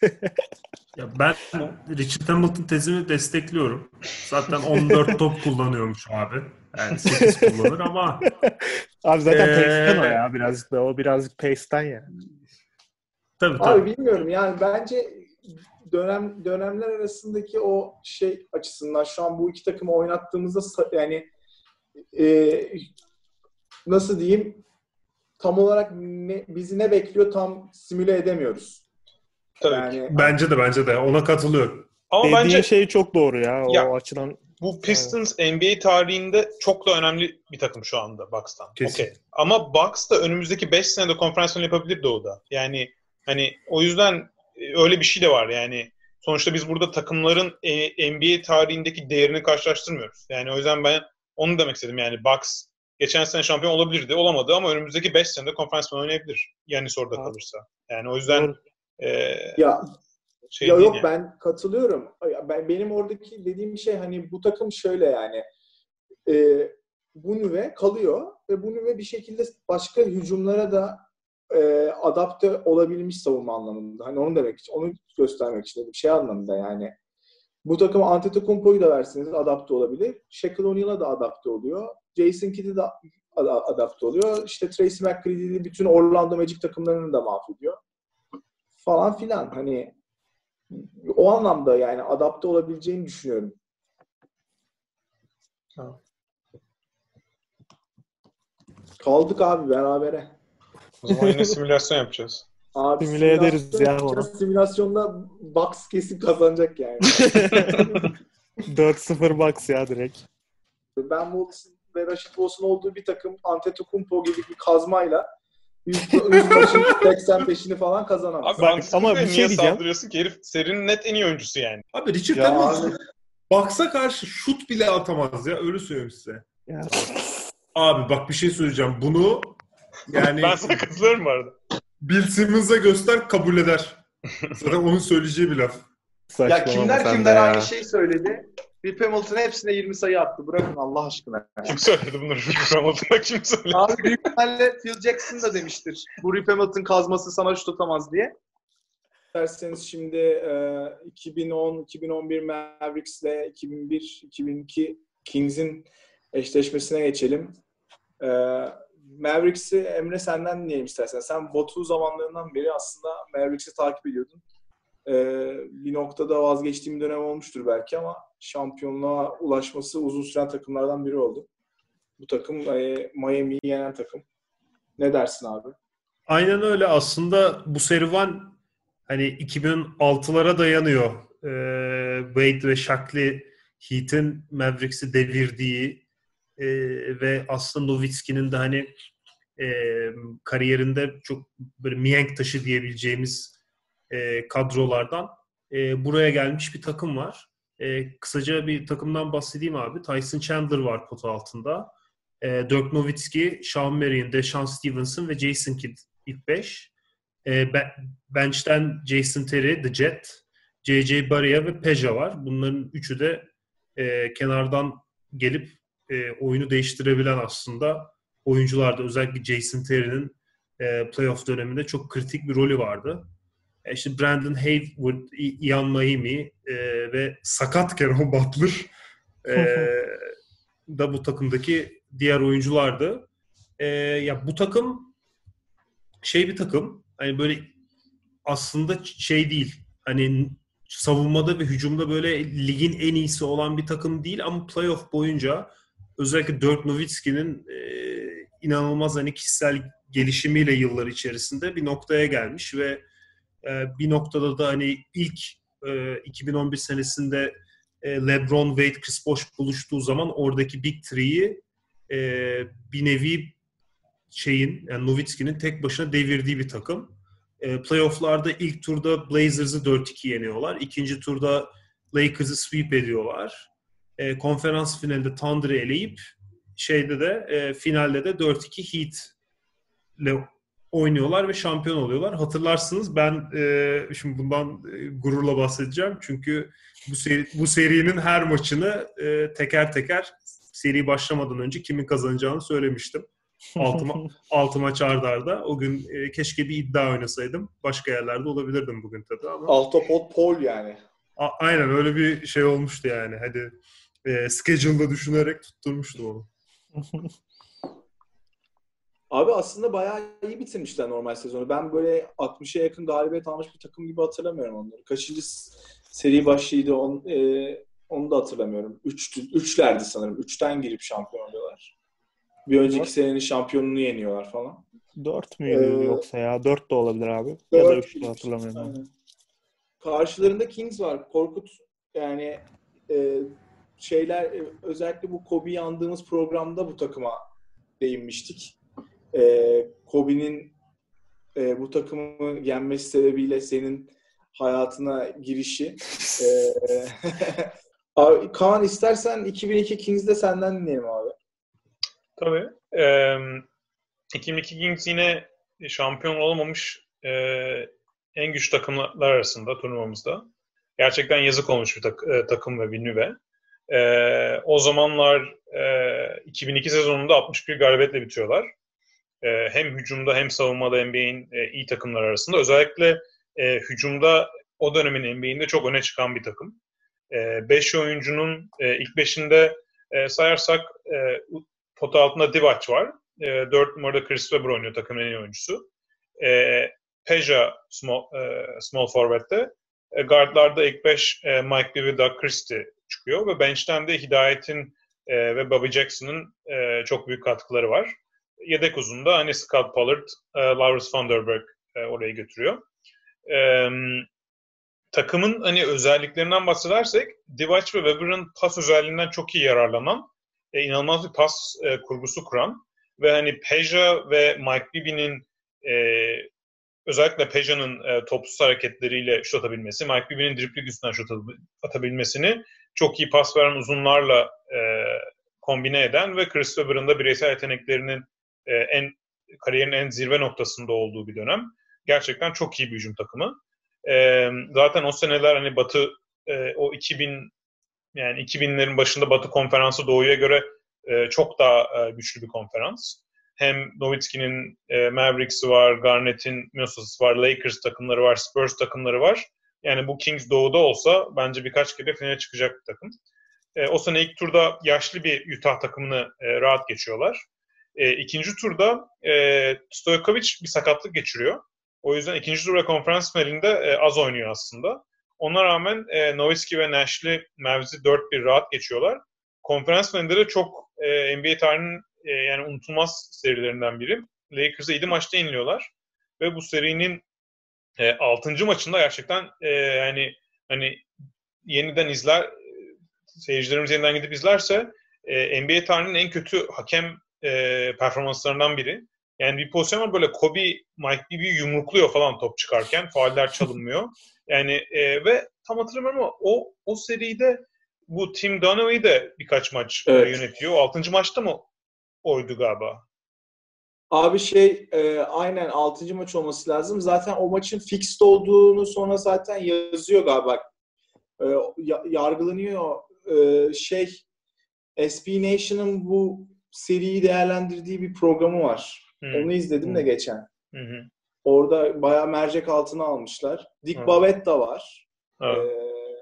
Ya ben Richard Hamilton tezimi destekliyorum. Zaten 14 top kullanıyormuş abi. Yani 8 kullanır ama abi zaten pace'ten o ee, ya birazcık da. O birazcık pace'ten ya. tabii Abi tabii. bilmiyorum yani bence dönemler arasındaki o şey açısından şu an bu iki takımı oynattığımızda yani e, nasıl diyeyim tam olarak bizi ne bekliyor tam simüle edemiyoruz. Tabii ki. Yani Bence de ona katılıyorum. Ama Dediğin bence şey çok doğru ya. ya O açıdan bu Pistons NBA tarihinde çok da önemli bir takım şu anda Bucks'tan. Kesin. Okey. Ama Bucks da önümüzdeki 5 senede konferans finali yapabilir Doğu'da. Yani hani o yüzden öyle bir şey de var. Yani sonuçta biz burada takımların NBA tarihindeki değerini karşılaştırmıyoruz. Yani o yüzden ben onu demek istedim. Yani Bucks geçen sene şampiyon olabilirdi, olamadı ama önümüzdeki 5 senede konferans finali oynayabilir. Yani orada kalırsa. Yani o yüzden doğru. ya şey değil yok yani. ben katılıyorum. Benim oradaki dediğim şey hani bu takım şöyle yani e, bu nüve kalıyor ve bu nüve bir şekilde başka hücumlara da adapte olabilmiş savunma anlamında. Hani onu demek için, onu göstermek için dedim. Şey anlamında yani. Bu takıma Antetokounmpo'yu da verseniz adapte olabilir. Shaquille O'Neal'a da adapte oluyor. Jason Kidd'i de adapte oluyor. İşte Tracy McGrady'li bütün Orlando Magic takımlarını da mahvediyor. Falan filan. Hani o anlamda yani adapte olabileceğini düşünüyorum. Kaldık abi berabere. O zaman yine simülasyon yapacağız. Abi Simüle ederiz simülasyon ya yapacağız. onu. Simülasyonda Bucks kesin kazanacak yani. 4-0 Bucks ya direkt. Ben Wilson ve Rashid Wilson olduğu bir takım Antetokounmpo gibi bir kazmayla 100 maçın 85'ini falan kazanamaz. Abi Bak, Antetokounmpo'ya ama bir şey niye diyeceğim. saldırıyorsun ki? Herif serinin net en iyi oyuncusu yani. Abi Richard Ya Hamilton abi, Bucks'a karşı şut bile atamaz ya. Öyle söyleyeyim size. Ya. Abi bak bir şey söyleyeceğim. Bunu yani Ben sana katılıyorum bu arada. Bill Simmons'a göster kabul eder. Zaten onun söyleyeceği bir laf. ya Saçmalama sen de kimler ya. aynı şeyi söyledi. Rip Hamilton hepsine 20 sayı attı. Bırakın Allah aşkına. Kim söyledi bunları? Hamilton'a kim söyledi? Abi büyük ihtimalle Phil Jackson da demiştir. Bu Rip Hamilton kazması sana şut atamaz diye. Derseniz şimdi 2010-2011 Mavericks'le 2001-2002 Kings'in eşleşmesine geçelim. Mavericks'i Emre senden dinleyelim istersen. Sen Batu zamanlarından beri aslında Mavericks'i takip ediyordun. Bir noktada vazgeçtiğim dönem olmuştur belki ama şampiyonluğa ulaşması uzun süren takımlardan biri oldu. Bu takım Miami'yi yenen takım. Ne dersin abi? Aynen öyle. Aslında bu serüven hani 2006'lara dayanıyor. Wade ve Shaq'li Heat'in Mavericks'i devirdiği ve aslında Nowitzki'nin de hani kariyerinde çok böyle mihenk taşı diyebileceğimiz kadrolardan buraya gelmiş bir takım var. Kısaca bir takımdan bahsedeyim abi. Tyson Chandler var pota altında. Dirk Nowitzki, Sean Marion, Deshaun Stevenson ve Jason Kidd ilk 5. Bench'ten Jason Terry, The Jet, J.J. Barea ve Peja var. Bunların üçü de kenardan gelip oyunu değiştirebilen aslında oyunculardı. Özellikle Jason Terry'nin playoff döneminde çok kritik bir rolü vardı. İşte Brandon Haywood, Ian Mahinmi ve sakat Caron Butler da bu takımdaki diğer oyunculardı. Ya bu takım bir takım. Hani böyle aslında değil. Hani savunmada ve hücumda böyle ligin en iyisi olan bir takım değil ama playoff boyunca özellikle Dirk Nowitzki'nin inanılmaz hani kişisel gelişimiyle yıllar içerisinde bir noktaya gelmiş ve bir noktada da hani ilk 2011 senesinde LeBron, Wade, Chris Bosh buluştuğu zaman oradaki Big Three'yi bir nevi yani Nowitzki'nin tek başına devirdiği bir takım. Playoff'larda ilk turda Blazers'ı 4-2 yeniyorlar. İkinci turda Lakers'ı sweep ediyorlar. Konferans finalinde Thunder'ı eleyip finalde de 4-2 Heat'le oynuyorlar ve şampiyon oluyorlar. Hatırlarsınız ben şimdi bundan gururla bahsedeceğim. Çünkü bu serinin her maçını teker teker seri başlamadan önce kimin kazanacağını söylemiştim. 6 maç arda arda. O gün keşke bir iddia oynasaydım. Başka yerlerde olabilirdim bugün tabii ama. Altopod Paul yani. Aynen öyle bir şey olmuştu yani. Hadi schedule'da düşünerek tutturmuştum onu. Abi aslında bayağı iyi bitirmişler normal sezonu. Ben böyle 60'a yakın galibiyet almış bir takım gibi hatırlamıyorum onları. Kaçıncı seri başlıydı onu da hatırlamıyorum. 3'lerdi sanırım. 3'ten girip şampiyon oluyorlar. Bir önceki senenin şampiyonunu yeniyorlar falan. 4 müydü yoksa ya? 4 de olabilir abi. 4 ya da 3 de hatırlamıyorum. Yani. Karşılarında Kings var. Korkut yani özellikle bu Kobe'yi andığımız programda bu takıma değinmiştik. Kobe'nin bu takımı yenmesi sebebiyle senin hayatına girişi. Abi, Kaan istersen 2002 Kings'de senden dinleyelim abi. Tabii. 2002 Kings yine şampiyon olamamış en güçlü takımlar arasında turnuvamızda. Gerçekten yazık olmuş bir takım ve bir nüve. O zamanlar 2002 sezonunda 61 galibiyetle bitiriyorlar. Hem hücumda hem savunmada NBA'in iyi takımlar arasında. Özellikle hücumda o dönemin NBA'inde çok öne çıkan bir takım. 5 oyuncunun ilk 5'inde sayarsak pota altında Divac var. 4 numarada Chris Webber oynuyor takımın en iyi oyuncusu. Peja small forward'te. Guard'larda ilk 5 Mike Bibby, Doug Christie çıkıyor ve bench'ten de Hidayet'in ve Bobby Jackson'ın çok büyük katkıları var. Yedek uzunda hani Scott Pollard, Lawrence Vanderberg oraya götürüyor. Takımın hani özelliklerinden bahsedersek Divac ve Webber'ın pas özelliğinden çok iyi yararlanan, inanılmaz bir pas kurgusu kuran ve hani Peja ve Mike Bibby'nin özellikle Peja'nın topsuz hareketleriyle şut atabilmesi, Mike Bibby'nin dribling üstünden şut atabilmesini çok iyi pas veren uzunlarla kombine eden ve Chris Webber'ın da bireysel yeteneklerinin kariyerin en zirve noktasında olduğu bir dönem. Gerçekten çok iyi bir hücum takımı. Zaten o seneler hani Batı o 2000'lerin başında Batı konferansı Doğu'ya göre çok daha güçlü bir konferans. Hem Nowitzki'nin Mavericks'i var, Garnett'in Minnesota'sı var, Lakers takımları var, Spurs takımları var. Yani bu Kings Doğu'da olsa bence birkaç kere finale çıkacak bir takım. O sene ilk turda yaşlı bir Utah takımını rahat geçiyorlar. İkinci turda Stojkovic bir sakatlık geçiriyor. O yüzden ikinci turda konferans finalinde az oynuyor aslında. Ona rağmen Nowitzki ve Nash'li Mavs'i 4-1 rahat geçiyorlar. Konferans finalinde de çok NBA tarihinin yani unutulmaz serilerinden biri. Lakers'a 7 maçta yeniliyorlar. Ve bu serinin 6. maçında gerçekten yani hani yeniden seyircilerimiz yeniden gidip izlerse NBA tarihinin en kötü hakem performanslarından biri. Yani bir pozisyon var böyle Kobe, Mike Bibby'yi yumrukluyor falan top çıkarken. Fauller çalınmıyor. Yani ve tam hatırlamıyorum ama o seride bu Tim Dunaway de birkaç maç Evet. yönetiyor. O 6. maçta mı oydu galiba? Abi aynen 6. maç olması lazım. Zaten o maçın fixed olduğunu sonra zaten yazıyor galiba. Yargılanıyor. SB Nation'ın bu seriyi değerlendirdiği bir programı var. Onu izledim de geçen. Hı. Orada bayağı mercek altına almışlar. Dick Bavett da var. Evet.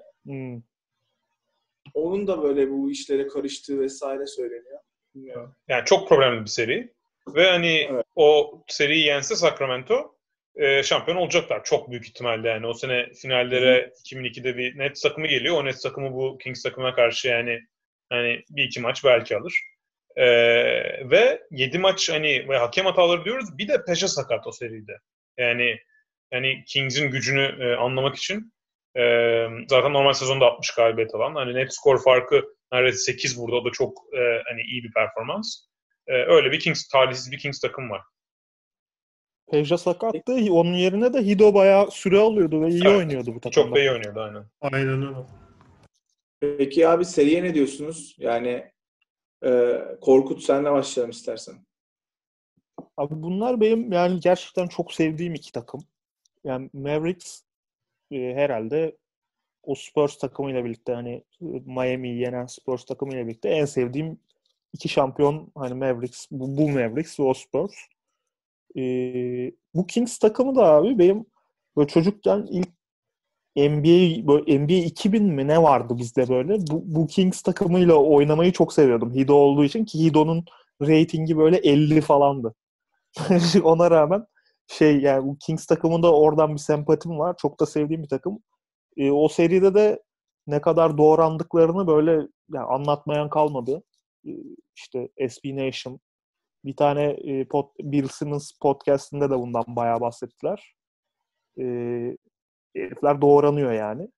Onun da böyle bu işlere karıştığı vesaire söyleniyor. Bilmiyorum. Yani çok problemli bir seri. Ve hani Evet. o seriyi yense Sacramento şampiyon olacaklar. Çok büyük ihtimalle yani. O sene finallere 2002'de bir Nets takımı geliyor. O Nets takımı bu Kings takımına karşı yani bir iki maç belki alır. Ve 7 maç ve hakem hataları diyoruz. Bir de peşe sakat o seride. Yani Kings'in gücünü anlamak için zaten normal sezonda 60 galibiyet alan. Net skor farkı neredeyse 8 burada. O da çok iyi bir performans. Öyle bir talihsiz bir Kings takım var. Peja sakattı. Onun yerine de Hido bayağı süre alıyordu ve iyi oynuyordu bu takımda. Çok da iyi oynuyordu aynen. Aynen öyle. Peki abi seriye ne diyorsunuz? Yani Korkut senle başlayalım istersen. Abi bunlar benim yani gerçekten çok sevdiğim iki takım. Yani Mavericks herhalde o Spurs takımıyla birlikte Miami'yi yenen Spurs takımıyla birlikte en sevdiğim iki şampiyon Mavericks, bu Mavericks ve o Spurs. Bu Kings takımı da abi benim böyle çocukken ilk NBA 2000 mi ne vardı bizde böyle. Bu Kings takımıyla oynamayı çok seviyordum. Hido olduğu için ki Hido'nun reytingi böyle 50 falandı. Ona rağmen yani bu Kings takımında oradan bir sempatim var. Çok da sevdiğim bir takım. O seride de ne kadar doğrandıklarını böyle anlatmayan kalmadı. İşte SB Nation bir tane Bill Simmons podcast'inde de bundan bayağı bahsettiler. Herifler doğranıyor yani.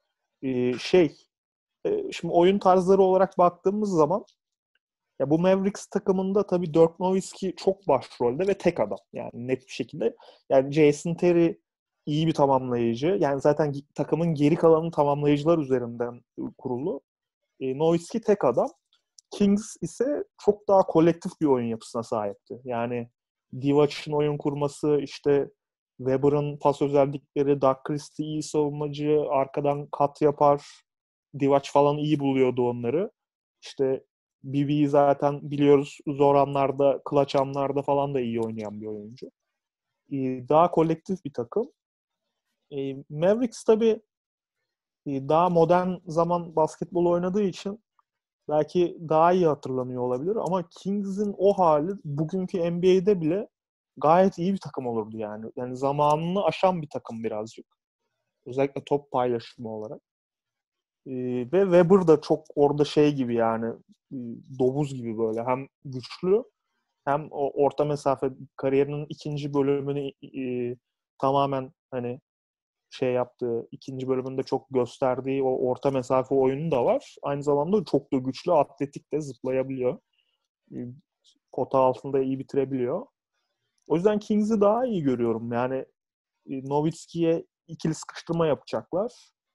Şimdi oyun tarzları olarak baktığımız zaman ya bu Mavericks takımında tabii Dirk Nowitzki çok başrolde ve tek adam. Yani net bir şekilde. Yani Jason Terry iyi bir tamamlayıcı. Yani zaten takımın geri kalanı tamamlayıcılar üzerinden kurulu. Nowitzki tek adam. Kings ise çok daha kolektif bir oyun yapısına sahipti. Yani Divac'ın oyun kurması, işte Weber'ın pas özellikleri, Doug Christie iyi savunmacı, arkadan kat yapar. Divac falan iyi buluyordu onları. İşte Bibi'yi zaten biliyoruz zor anlarda, clutch anlarda falan da iyi oynayan bir oyuncu. Daha kolektif bir takım. Mavericks tabii daha modern zaman basketbol oynadığı için belki daha iyi hatırlanıyor olabilir ama Kings'in o hali bugünkü NBA'de bile gayet iyi bir takım olurdu yani. Yani zamanını aşan bir takım birazcık. Özellikle top paylaşımı olarak. Ve Weber da çok orada gibi yani domuz gibi böyle hem güçlü hem o orta mesafe kariyerinin ikinci bölümünü tamamen yaptığı, ikinci bölümünde çok gösterdiği o orta mesafe oyunu da var. Aynı zamanda çok da güçlü, atletik de zıplayabiliyor. Pota altında iyi bitirebiliyor. O yüzden Kings'i daha iyi görüyorum. Yani Nowitzki'ye ikili sıkıştırma yapacaklar.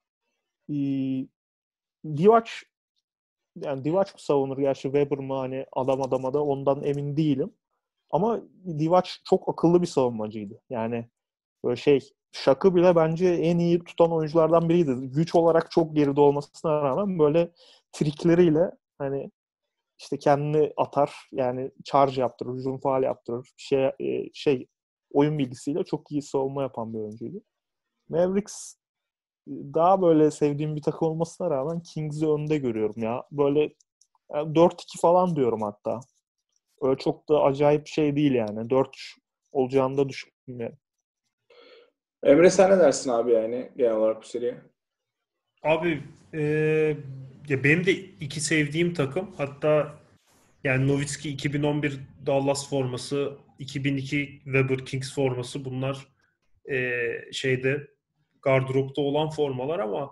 Divac mı savunur? Gerçi Weber mı adam adama da ondan emin değilim. Ama Divac çok akıllı bir savunmacıydı. Yani böyle Şak'ı bile bence en iyi tutan oyunculardan biriydi. Güç olarak çok geride olmasına rağmen böyle trikleriyle işte kendini atar, yani charge yaptırır, hücum faal yaptırır. Oyun bilgisiyle çok iyi savunma yapan bir oyuncuydu. Mavericks daha böyle sevdiğim bir takım olmasına rağmen Kings'i önde görüyorum ya. Böyle 4-2 falan diyorum hatta. Öyle çok da acayip değil yani. 4 olacağını da düşünmüyorum. Emre sen ne dersin abi yani genel olarak bu seriye? Abi ya benim de iki sevdiğim takım, hatta yani Nowitzki 2011 Dallas forması, 2002 Weber Kings forması, bunlar gardıropta olan formalar ama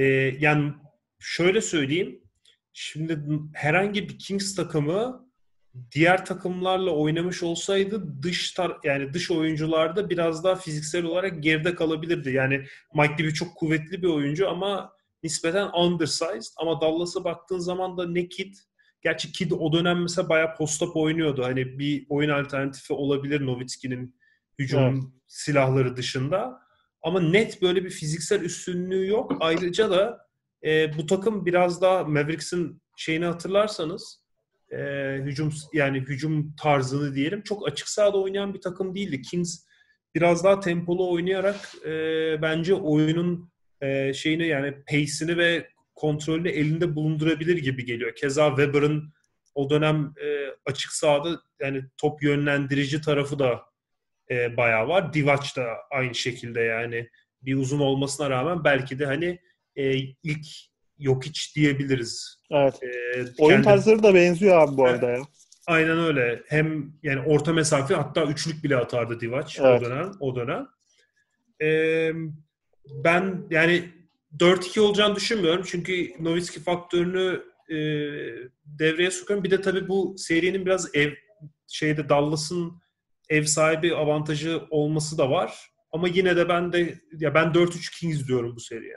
yani şöyle söyleyeyim, şimdi herhangi bir Kings takımı diğer takımlarla oynamış olsaydı yani dış oyuncularda biraz daha fiziksel olarak geride kalabilirdi. Yani Mike Bibby çok kuvvetli bir oyuncu ama nispeten undersized. Ama Dallas'a baktığın zaman da ne Kidd, gerçi Kidd o dönem mesela bayağı post-up oynuyordu. Hani bir oyun alternatifi olabilir Nowitzki'nin hücum silahları dışında. Ama net böyle bir fiziksel üstünlüğü yok. Ayrıca da bu takım biraz daha Mavericks'in şeyini hatırlarsanız hücum tarzını diyelim çok açık sahada oynayan bir takım değildi. Kings biraz daha tempolu oynayarak bence oyunun şeyini yani pace'ini ve kontrolünü elinde bulundurabilir gibi geliyor. Keza Weber'ın o dönem açık sahada yani top yönlendirici tarafı da bayağı var. Divac da aynı şekilde yani bir uzun olmasına rağmen belki de hani ilk Jokic diyebiliriz. Evet. Oyun tarzları da benziyor abi bu arada ya. Aynen öyle. Hem yani orta mesafe hatta üçlük bile atardı Divac o dönem. Ben yani 4-2 olacağını düşünmüyorum. Çünkü Nowitzki faktörünü devreye sokuyorum. Bir de tabii bu serinin biraz Dallas'ın ev sahibi avantajı olması da var. Ama yine de ben 4-3 Kings diyorum bu seriye.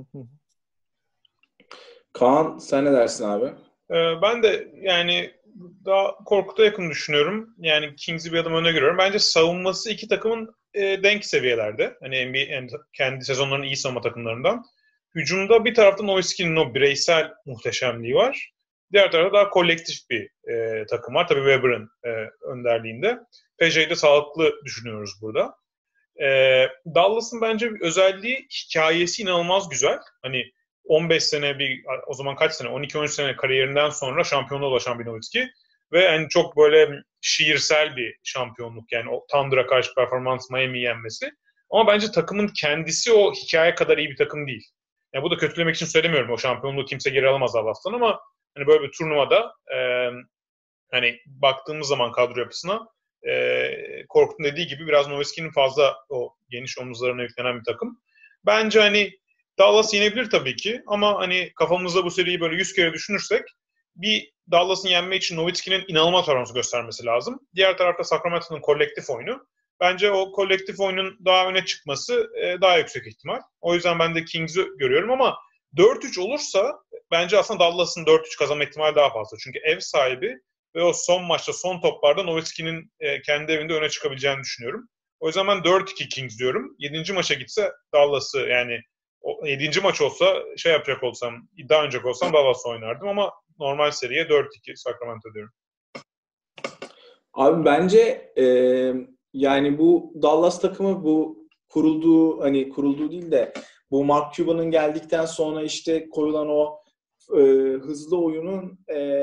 Kaan sen ne dersin abi? Ben de yani daha Korkut'a yakın düşünüyorum. Yani Kings'i bir adım öne görüyorum. Bence savunması iki takımın denk seviyelerde. Hani NBA yani kendi sezonlarının iyi savunma takımlarından. Hücumda bir tarafta Nowitzki'nin o bireysel muhteşemliği var. Diğer tarafta daha kolektif bir takım var. Tabii Weber'ın önderliğinde. PJ'de sağlıklı düşünüyoruz burada. Dallas'ın bence bir özelliği hikayesi inanılmaz güzel. Hani 15 sene o zaman kaç sene? 12-13 sene kariyerinden sonra şampiyonluğa ulaşan bir Nowitzki. Ve yani çok böyle şiirsel bir şampiyonluk. Yani o Thunder'a karşı performans Miami'yi yenmesi. Ama bence takımın kendisi o hikaye kadar iyi bir takım değil. Yani bu da kötülemek için söylemiyorum. O şampiyonluğu kimse geri alamaz Dallas'tan ama hani böyle bir turnuvada hani baktığımız zaman kadro yapısına Korkut'un dediği gibi biraz Nowitzki'nin fazla o geniş omuzlarına yüklenen bir takım. Bence hani Dallas yenebilir tabii ki ama hani kafamızda bu seriyi böyle 100 kere düşünürsek bir Dallas'ın yenme için Nowitzki'nin inanılmaz performans göstermesi lazım. Diğer tarafta Sacramento'nun kolektif oyunu. Bence o kolektif oyunun daha öne çıkması daha yüksek ihtimal. O yüzden ben de Kings'i görüyorum ama 4-3 olursa bence aslında Dallas'ın 4-3 kazanma ihtimali daha fazla. Çünkü ev sahibi ve o son maçta, son toplarda Nowitzki'nin kendi evinde öne çıkabileceğini düşünüyorum. O yüzden ben 4-2 Kings diyorum. 7. maça gitse Dallas'ı yani 7. maç olsa yapacak olsam, iddia oynayacak olsam Dallas'ı oynardım ama normal seriye 4-2 Sacramento diyorum. Abi bence yani bu Dallas takımı bu kurulduğu değil de bu Mark Cuban'ın geldikten sonra işte koyulan o hızlı oyunun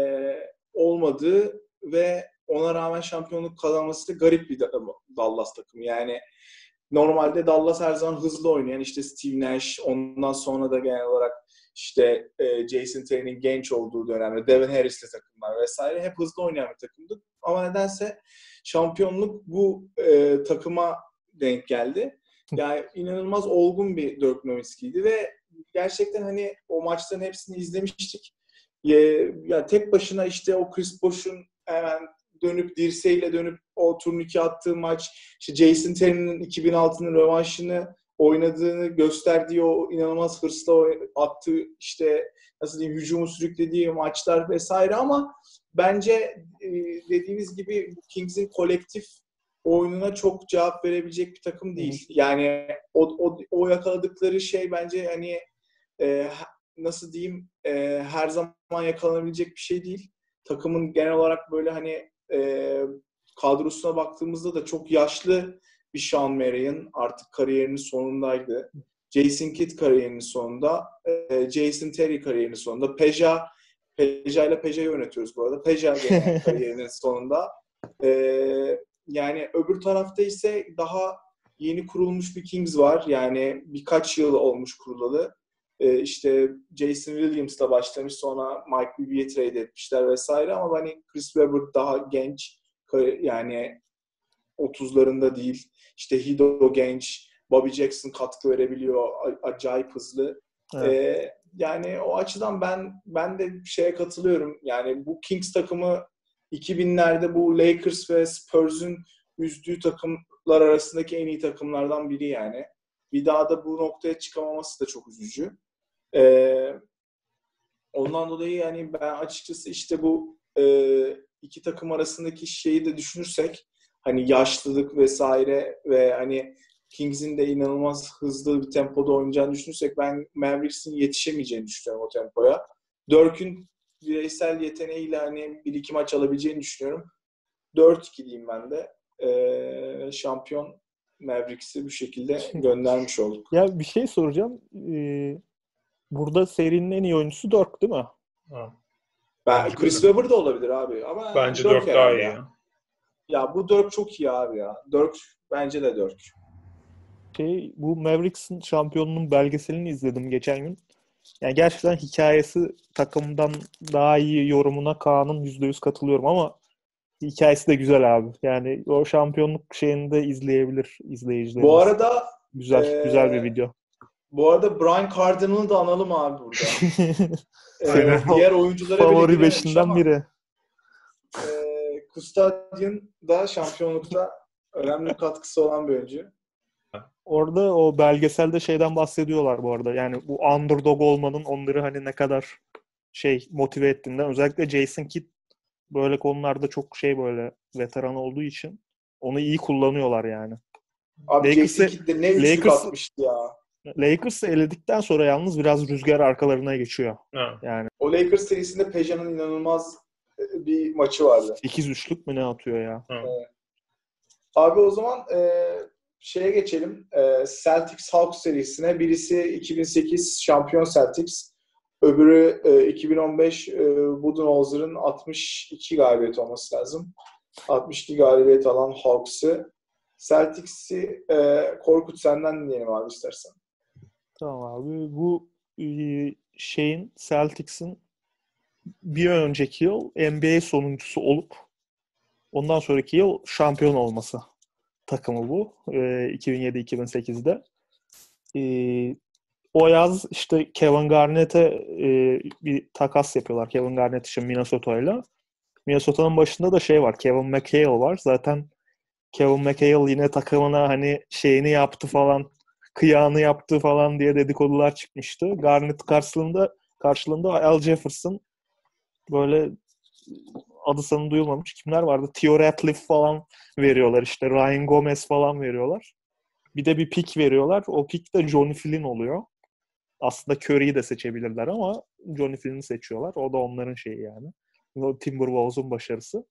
olmadığı ve ona rağmen şampiyonluk kazanması garip bir Dallas takımı. Yani normalde Dallas her zaman hızlı oynayan işte Steve Nash, ondan sonra da genel olarak işte Jason Terry'nin genç olduğu dönemde Devin Harris'le takımlar vesaire hep hızlı oynayan bir takımdı. Ama nedense şampiyonluk bu takıma denk geldi. Yani inanılmaz olgun bir Dirk Nowitzki'ydi ve gerçekten hani o maçların hepsini izlemiştik. Ya tek başına işte o Chris Bosh'un hemen dirseğiyle dönüp o turnike attığı maç, işte Jason Terry'nin 2006'nın rövanşını oynadığını gösterdiği o inanılmaz hırsla attığı işte nasıl diyeyim hücumu sürüklediği maçlar vesaire ama bence dediğiniz gibi Kings'in kolektif oyununa çok cevap verebilecek bir takım değil. Yani o yakaladıkları şey bence hani nasıl diyeyim her zaman yakalanabilecek bir şey değil. Takımın genel olarak böyle hani kadrosuna baktığımızda da çok yaşlı bir Sean Marion artık kariyerinin sonundaydı. Jason Kidd kariyerinin sonunda. Jason Terry kariyerinin sonunda. Peja ile Peja'yı yönetiyoruz bu arada. Peja kariyerinin sonunda. Yani öbür tarafta ise daha yeni kurulmuş bir Kings var. Yani birkaç yıl olmuş kurulalı. İşte Jason Williams'la başlamış sonra Mike Bibby'ye trade etmişler vesaire ama hani Chris Webber daha genç yani 30'larında değil. İşte Hido genç, Bobby Jackson katkı verebiliyor, acayip hızlı. Yani o açıdan ben de şeye katılıyorum. Yani bu Kings takımı 2000'lerde bu Lakers ve Spurs'un üzdüğü takımlar arasındaki en iyi takımlardan biri yani. Bir daha da bu noktaya çıkamaması da çok üzücü. Ondan dolayı yani ben açıkçası işte bu iki takım arasındaki şeyi de düşünürsek hani yaşlılık vesaire ve hani Kings'in de inanılmaz hızlı bir tempoda oynayacağını düşünürsek ben Mavericks'in yetişemeyeceğini düşünüyorum o tempoya. Dirk'ün bireysel yeteneğiyle hani bir iki maç alabileceğini düşünüyorum. 4-2 diyeyim ben de. Şampiyon Mavericks'i bu şekilde göndermiş olduk. Ya bir şey soracağım. Burada serinin en iyi oyuncusu Dirk değil mi? Ha. Ben Chris Webber da olabilir abi ama Bence Dirk Dirk daha herhalde iyi ya. ya. Ya bu Dirk çok iyi abi ya. Dirk bence de Dirk. Bu Mavericks'in şampiyonluğun belgeselini izledim geçen gün. Yani gerçekten hikayesi takımdan daha iyi yorumuna Kaan'ın %100 katılıyorum ama hikayesi de güzel abi. Yani o şampiyonluk şeyini de izleyebilir izleyicilerimiz. Bu arada güzel bir video. Bu arada Brian Cardinal'ı da analım abi burada. Senin Diğer oyunculara bile favori girememiş beşinden ama biri. Kustadyan da şampiyonlukta önemli katkısı olan bir oyuncu. Orada o belgeselde şeyden bahsediyorlar bu arada. Yani bu underdog olmanın onları hani ne kadar motive ettiğinden. Özellikle Jason Kidd böyle konularda çok böyle veteran olduğu için onu iyi kullanıyorlar yani. Abi Jason Kidd de ne üçlük atmıştı ya. Lakers'ı eledikten sonra yalnız biraz rüzgar arkalarına geçiyor. Ha. Yani. O Lakers serisinde Peja'nın inanılmaz bir maçı vardı. 8 üçlük mü ne atıyor ya? Abi o zaman şeye geçelim. Celtics Hawks serisine. Birisi 2008 şampiyon Celtics. Öbürü 2015 Budenholzer'ın 62 galibiyet olması lazım. 62 galibiyet alan Hawks'ı. Celtics'i Korkut senden dinleyelim abi istersen. Tamam abi. Bu Celtics'in bir önceki yıl NBA sonuncusu olup ondan sonraki yıl şampiyon olması takımı bu. 2007-2008'de. O yaz işte Kevin Garnett'e bir takas yapıyorlar. Kevin Garnett için Minnesota'yla. Minnesota'nın başında da var. Kevin McHale var. Zaten Kevin McHale yine takımına hani şeyini yaptı falan, kıyağını yaptı falan diye dedikodular çıkmıştı. Garnett karşılığında Al Jefferson böyle adı sanı duyulmamış kimler vardı? Theo Ratliff falan veriyorlar işte. Ryan Gomez falan veriyorlar. Bir de bir pick veriyorlar. O pick de Johnny Flynn oluyor. Aslında Curry'i de seçebilirler ama Johnny Flynn'i seçiyorlar. O da onların şeyi yani. O Timberwolves'un başarısı.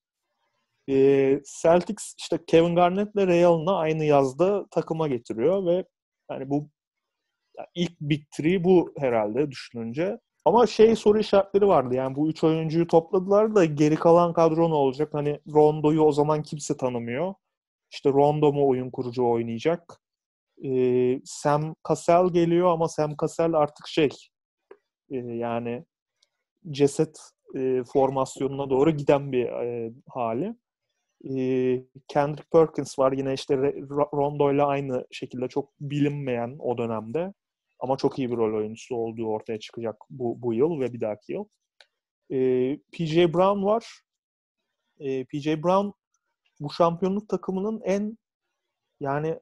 Celtics işte Kevin Garnett'le Ray Allen'ı aynı yazda takıma getiriyor ve yani bu ilk Big Three bu herhalde düşününce. Ama soru işaretleri vardı. Yani bu 3 oyuncuyu topladılar da geri kalan kadro ne olacak? Hani Rondo'yu o zaman kimse tanımıyor. İşte Rondo mu oyun kurucu oynayacak? Sam Cassell geliyor ama Sam Cassell artık yani ceset formasyonuna doğru giden bir hali. Kendrick Perkins var yine işte Rondo'yla aynı şekilde çok bilinmeyen o dönemde ama çok iyi bir rol oyuncusu olduğu ortaya çıkacak bu yıl ve bir dahaki yıl. P.J. Brown var. P.J. Brown bu şampiyonluk takımının en yani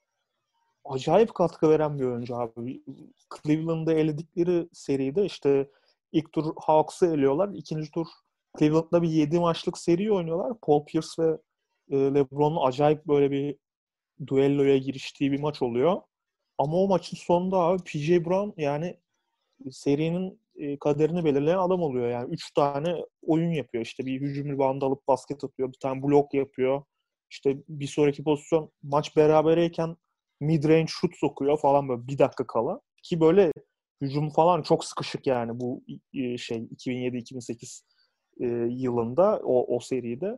acayip katkı veren bir oyuncu abi. Cleveland'da eledikleri seride işte ilk tur Hawks'ı eliyorlar. İkinci tur Cleveland'da bir 7 maçlık seri oynuyorlar. Paul Pierce ve LeBron'un acayip böyle bir duelloya giriştiği bir maç oluyor. Ama o maçın sonunda abi P.J. Brown yani serinin kaderini belirleyen adam oluyor. Yani 3 tane oyun yapıyor. İşte bir hücum ribandı alıp basket atıyor. Bir tane blok yapıyor. İşte bir sonraki pozisyon maç berabereyken mid-range şut sokuyor falan böyle bir dakika kala. Ki böyle hücum falan çok sıkışık yani bu 2007-2008 yılında o seride.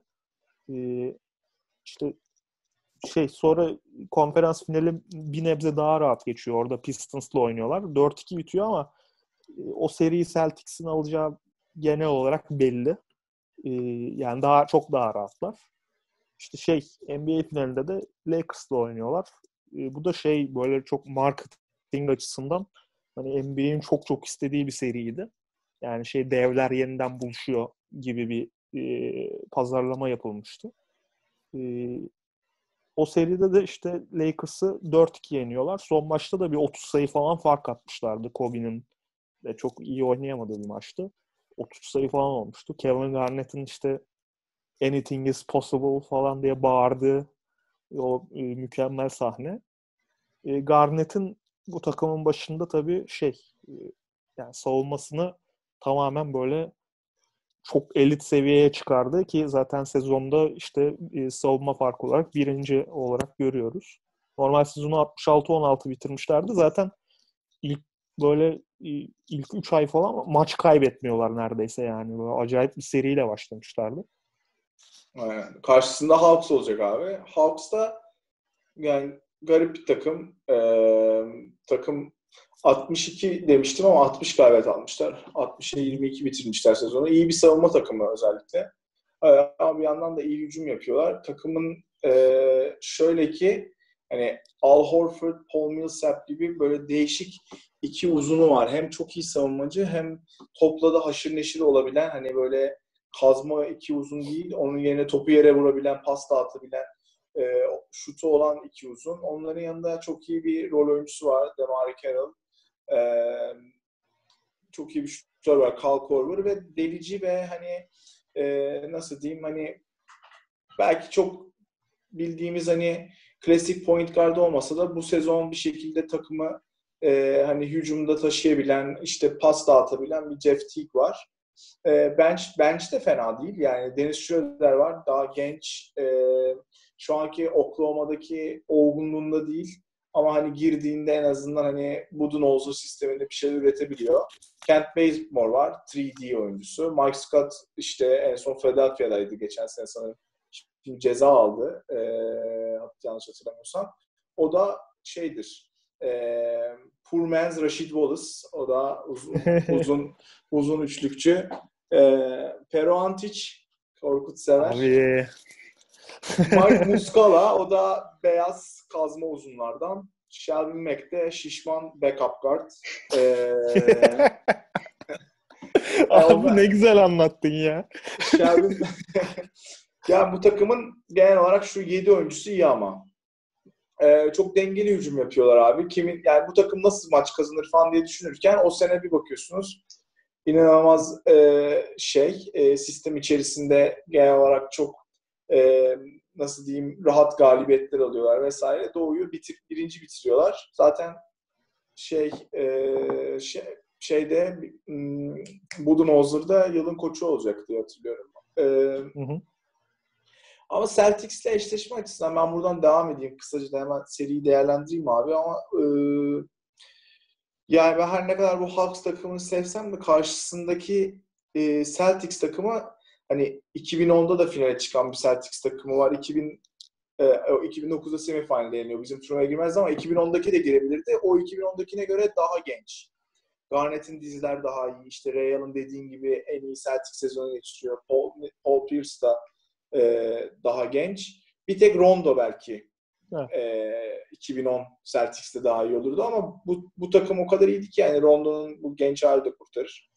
İşte sonra konferans finali bir nebze daha rahat geçiyor. Orada Pistons'la oynuyorlar. 4-2 bitiyor ama o seriyi Celtics'in alacağı genel olarak belli. Yani çok daha rahatlar. İşte NBA finalinde de Lakers'la oynuyorlar. Bu da böyle çok marketing açısından hani NBA'in çok çok istediği bir seriydi. Yani devler yeniden buluşuyor gibi bir pazarlama yapılmıştı. O seride de işte Lakers'ı 4-2 yeniyorlar. Son maçta da bir 30 sayı falan fark atmışlardı. Kobe'nin de çok iyi oynayamadığı bir maçtı. 30 sayı falan olmuştu. Kevin Garnett'in işte anything is possible falan diye bağırdığı o mükemmel sahne. Garnett'in bu takımın başında tabii yani savunmasını tamamen böyle çok elit seviyeye çıkardı ki zaten sezonda işte savunma farkı olarak birinci olarak görüyoruz. Normal sezonu 66-16 bitirmişlerdi. Zaten ilk 3 ay falan maç kaybetmiyorlar neredeyse yani. Böyle acayip bir seriyle başlamışlardı. Aynen. Karşısında Hawks olacak abi. Hawks da yani garip bir takım. Takım 62 demiştim ama 60 galibiyet almışlar. 60'a 22 bitirmişler sezonu. İyi bir savunma takımı özellikle. Ama bir yandan da iyi hücum yapıyorlar. Takımın şöyle ki hani Al Horford, Paul Millsap gibi böyle değişik iki uzunu var. Hem çok iyi savunmacı hem topla da haşır neşir olabilen hani böyle kazma iki uzun değil. Onun yerine topu yere vurabilen, pas dağıtabilen, şutu olan iki uzun. Onların yanında çok iyi bir rol oyuncusu var. DeMar Carroll. Çok iyi bir şutör var. Kyle Korver ve delici ve hani nasıl diyeyim hani belki çok bildiğimiz hani klasik point guard olmasa da bu sezon bir şekilde takımı hani hücumda taşıyabilen, işte pas dağıtabilen bir Jeff Teague var. Bench de fena değil. Yani Dennis Schroeder var. Daha genç. Şu anki Oklahoma'daki olgunluğunda değil. Ama hani girdiğinde en azından hani Budenholzer sisteminde bir şeyler üretebiliyor. Kent Bazemore var. 3D oyuncusu. Mike Scott işte en son Philadelphia'daydı geçen sene sanırım. Şimdi ceza aldı. Yanlış hatırlamıyorsam. O da Poor Man's Rashid Wallace. O da uzun üçlükçü. Pero Antic, Korkut sever. Abi. Mike Muscala, o da beyaz kazma uzunlardan. Shelvin Mack de şişman backup guard. Abi ne güzel anlattın ya. Shelvin... Ya bu takımın genel olarak şu 7 oyuncusu iyi ama. Çok dengeli hücum yapıyorlar abi. Yani bu takım nasıl maç kazanır falan diye düşünürken o sene bir bakıyorsunuz. İnanılmaz sistem içerisinde genel olarak çok nasıl diyeyim rahat galibiyetler alıyorlar vesaire. Doğu'yu birinci bitiriyorlar. Zaten Budenholzer'da yılın koçu olacak diye hatırlıyorum. Ama Celtics'le eşleşme açısından ben buradan devam edeyim. Kısaca da hemen seriyi değerlendireyim abi ama yani ben her ne kadar bu Hawks takımını sevsem de karşısındaki Celtics takımı hani 2010'da da finale çıkan bir Celtics takımı var. 2009'da semifinalde yeniyor. Bizim turnuvaya girmez ama 2010'daki de girebilirdi. O 2010'dakine göre daha genç. Garnett'in diziler daha iyi. İşte Ray Allen dediğin gibi en iyi Celtics sezonu geçiriyor. Paul Pierce da daha genç. Bir tek Rondo belki 2010 Celtics'te daha iyi olurdu ama bu takım o kadar iyiydi ki yani Rondo'nun bu genç hali de kurtarır.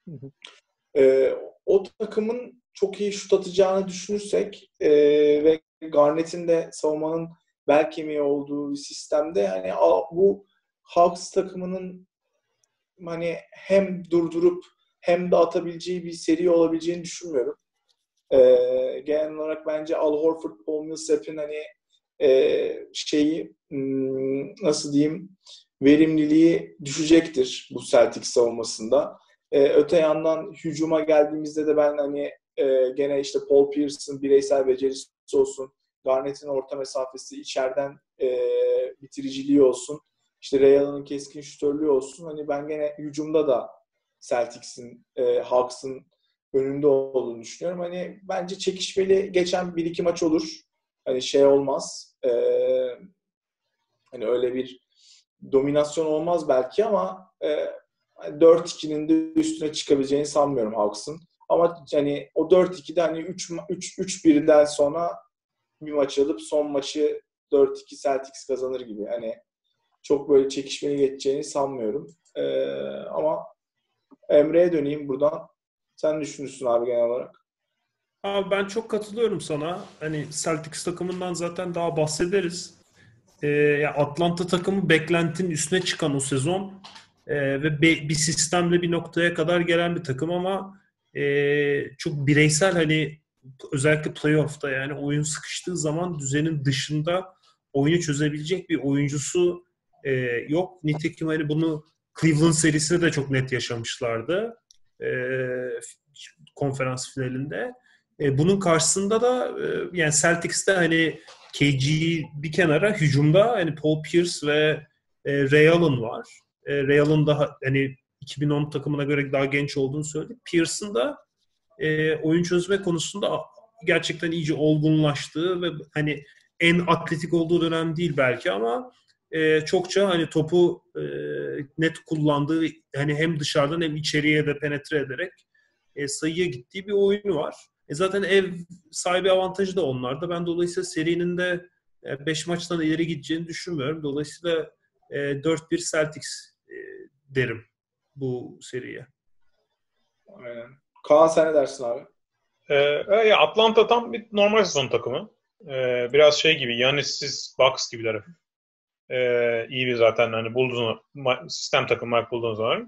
O takımın çok iyi şut atacağını düşünürsek ve Garnett'in de savunmanın bel kemiği olduğu bir sistemde hani bu Hawks takımının hani hem durdurup hem de atabileceği bir seri olabileceğini düşünmüyorum. Genel olarak bence Al Horford, Paul Millsap'in hani nasıl diyeyim verimliliği düşecektir bu Celtics savunmasında. Öte yandan hücuma geldiğimizde de ben hani gene işte Paul Pierce'ın bireysel becerisi olsun, Garnett'in orta mesafesi, içeriden bitiriciliği olsun, işte Ray Allen'ın keskin şutörlüğü olsun. Hani ben gene hücumda da Celtics'in, Hawks'ın önünde olduğunu düşünüyorum. Hani bence çekişmeli geçen 1-2 maç olur. Hani olmaz. Hani öyle bir dominasyon olmaz belki ama 4-2'nin de üstüne çıkabileceğini sanmıyorum Hawks'ın. Ama hani o 4-2'de hani 3-1'den sonra bir maç alıp son maçı 4-2 Celtics kazanır gibi. Hani çok böyle çekişmeli geçeceğini sanmıyorum. Ama Emre'ye döneyim buradan. Sen ne düşünürsün abi genel olarak? Abi ben çok katılıyorum sana. Hani Celtics takımından zaten daha bahsederiz. Ya Atlanta takımı beklentinin üstüne çıkan o sezon ve bir sistemle bir noktaya kadar gelen bir takım ama çok bireysel hani özellikle playoff'ta yani oyun sıkıştığı zaman düzenin dışında oyunu çözebilecek bir oyuncusu yok. Nitekim hani bunu Cleveland serisinde de çok net yaşamışlardı. Konferans finalinde. Bunun karşısında da yani Celtics'te hani KG'yi bir kenara hücumda hani Paul Pierce ve Ray Allen var. Ray Allen daha hani 2010 takımına göre daha genç olduğunu söyledik. Pierce'ın da oyun çözme konusunda gerçekten iyice olgunlaştığı ve hani en atletik olduğu dönem değil belki ama çokça hani topu net kullandığı hani hem dışarıdan hem içeriye de penetre ederek sayıya gittiği bir oyunu var. Zaten ev sahibi avantajı da onlarda. Ben dolayısıyla serinin de 5 maçtan ileri gideceğini düşünmüyorum. Dolayısıyla 4-1 Celtics derim bu seriye. Aynen. Kaan sen ne dersin abi? Atlanta tam bir normal sezon takımı. Biraz şey gibi, Giannis'siz Bucks gibiler hafif. İyi bir zaten hani Bulls'un sistem takımı Mike Bulls'un var.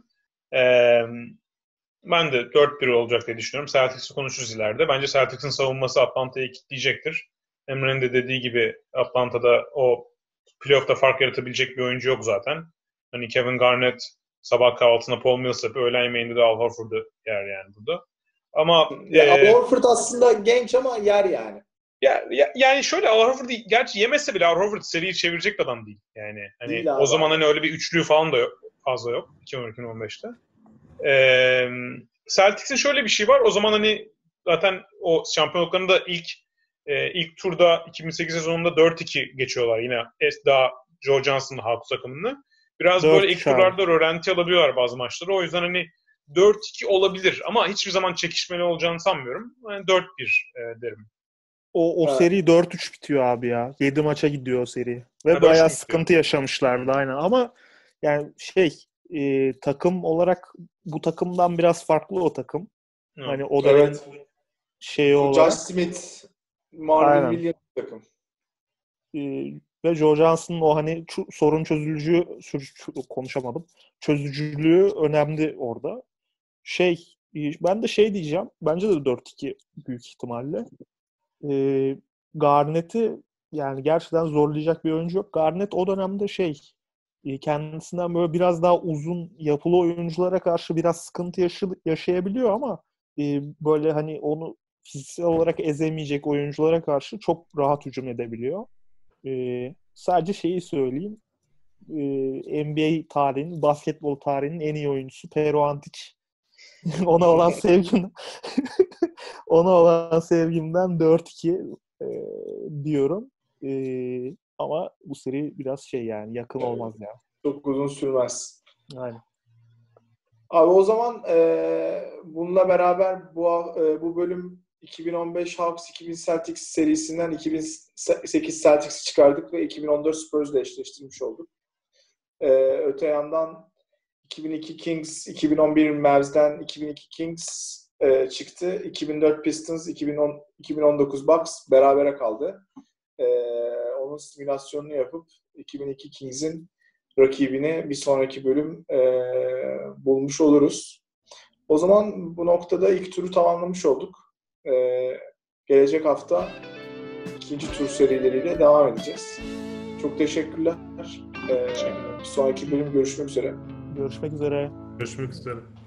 Ben de 4-1 olacak diye düşünüyorum. Celtics'i konuşuruz ileride. Bence Celtics'in savunması Atlanta'yı kilitleyecektir. Emre'nin de dediği gibi Atlanta'da o playoff'ta fark yaratabilecek bir oyuncu yok zaten. Hani Kevin Garnett, sabah kahvaltısında Paul Millsap, öğlen yemeğinde de Al Horford'u yer yani burada. Ama Al Horford aslında genç ama yer yani. Yani şöyle, Al Horford gerçi yemese bile Al Horford seriyi çevirecek adam değil. Yani hani Değil o zaman hani öyle bir üçlüğü falan da yok, fazla yok 2012-2015'te. Celtics'in şöyle bir şey var. O zaman hani zaten o şampiyonluklarında ilk turda 2008 sezonunda 4-2 geçiyorlar yine daha Joe Johnson'la Hawks takımını. Biraz böyle ilk turlarda rölanti alabiliyorlar bazı maçları. O yüzden hani 4-2 olabilir ama hiçbir zaman çekişmeli olacağını sanmıyorum. Yani 4-1 derim. O Evet. seri 4-3 bitiyor abi ya. 7 maça gidiyor o seri. Ve Ha, bayağı 4-3 sıkıntı yaşamışlardı aynen. Ama yani takım olarak bu takımdan biraz farklı o takım. Hı. Hani o dönemin şeyi olarak. Josh Smith, Marvin Aynen. Williams takım. Ve Joe Johnson'ın o hani sorun çözücülüğü önemli orada. Ben de diyeceğim. Bence de 4-2 büyük ihtimalle. Garnett'i yani gerçekten zorlayacak bir oyuncu yok. Garnett o dönemde kendisinden böyle biraz daha uzun yapılı oyunculara karşı biraz sıkıntı yaşayabiliyor ama böyle hani onu fiziksel olarak ezemeyecek oyunculara karşı çok rahat hücum edebiliyor. Sadece söyleyeyim. NBA tarihinin, basketbol tarihinin en iyi oyuncusu Pero Antic. ona olan sevgimden 4-2 diyorum. Ama bu seri biraz yani yakın olmaz ya. Çok uzun sürmez. Aynen. Abi o zaman bununla beraber bu bölüm 2015 Hawks 2000 Celtics serisinden 2008 Celtics'i çıkardık ve 2014 Spurs'la eşleştirmiş olduk. Öte yandan 2002 Kings, 2011 Mavs'den 2002 Kings çıktı. 2004 Pistons, 2019 Bucks berabere kaldı. Onun simülasyonunu yapıp 2002 Kings'in rakibini bir sonraki bölüm bulmuş oluruz. O zaman bu noktada ilk turu tamamlamış olduk. Gelecek hafta ikinci tur serileriyle devam edeceğiz. Çok teşekkürler. Bir sonraki bölüm görüşmek üzere. Görüşmek üzere. Görüşmek üzere.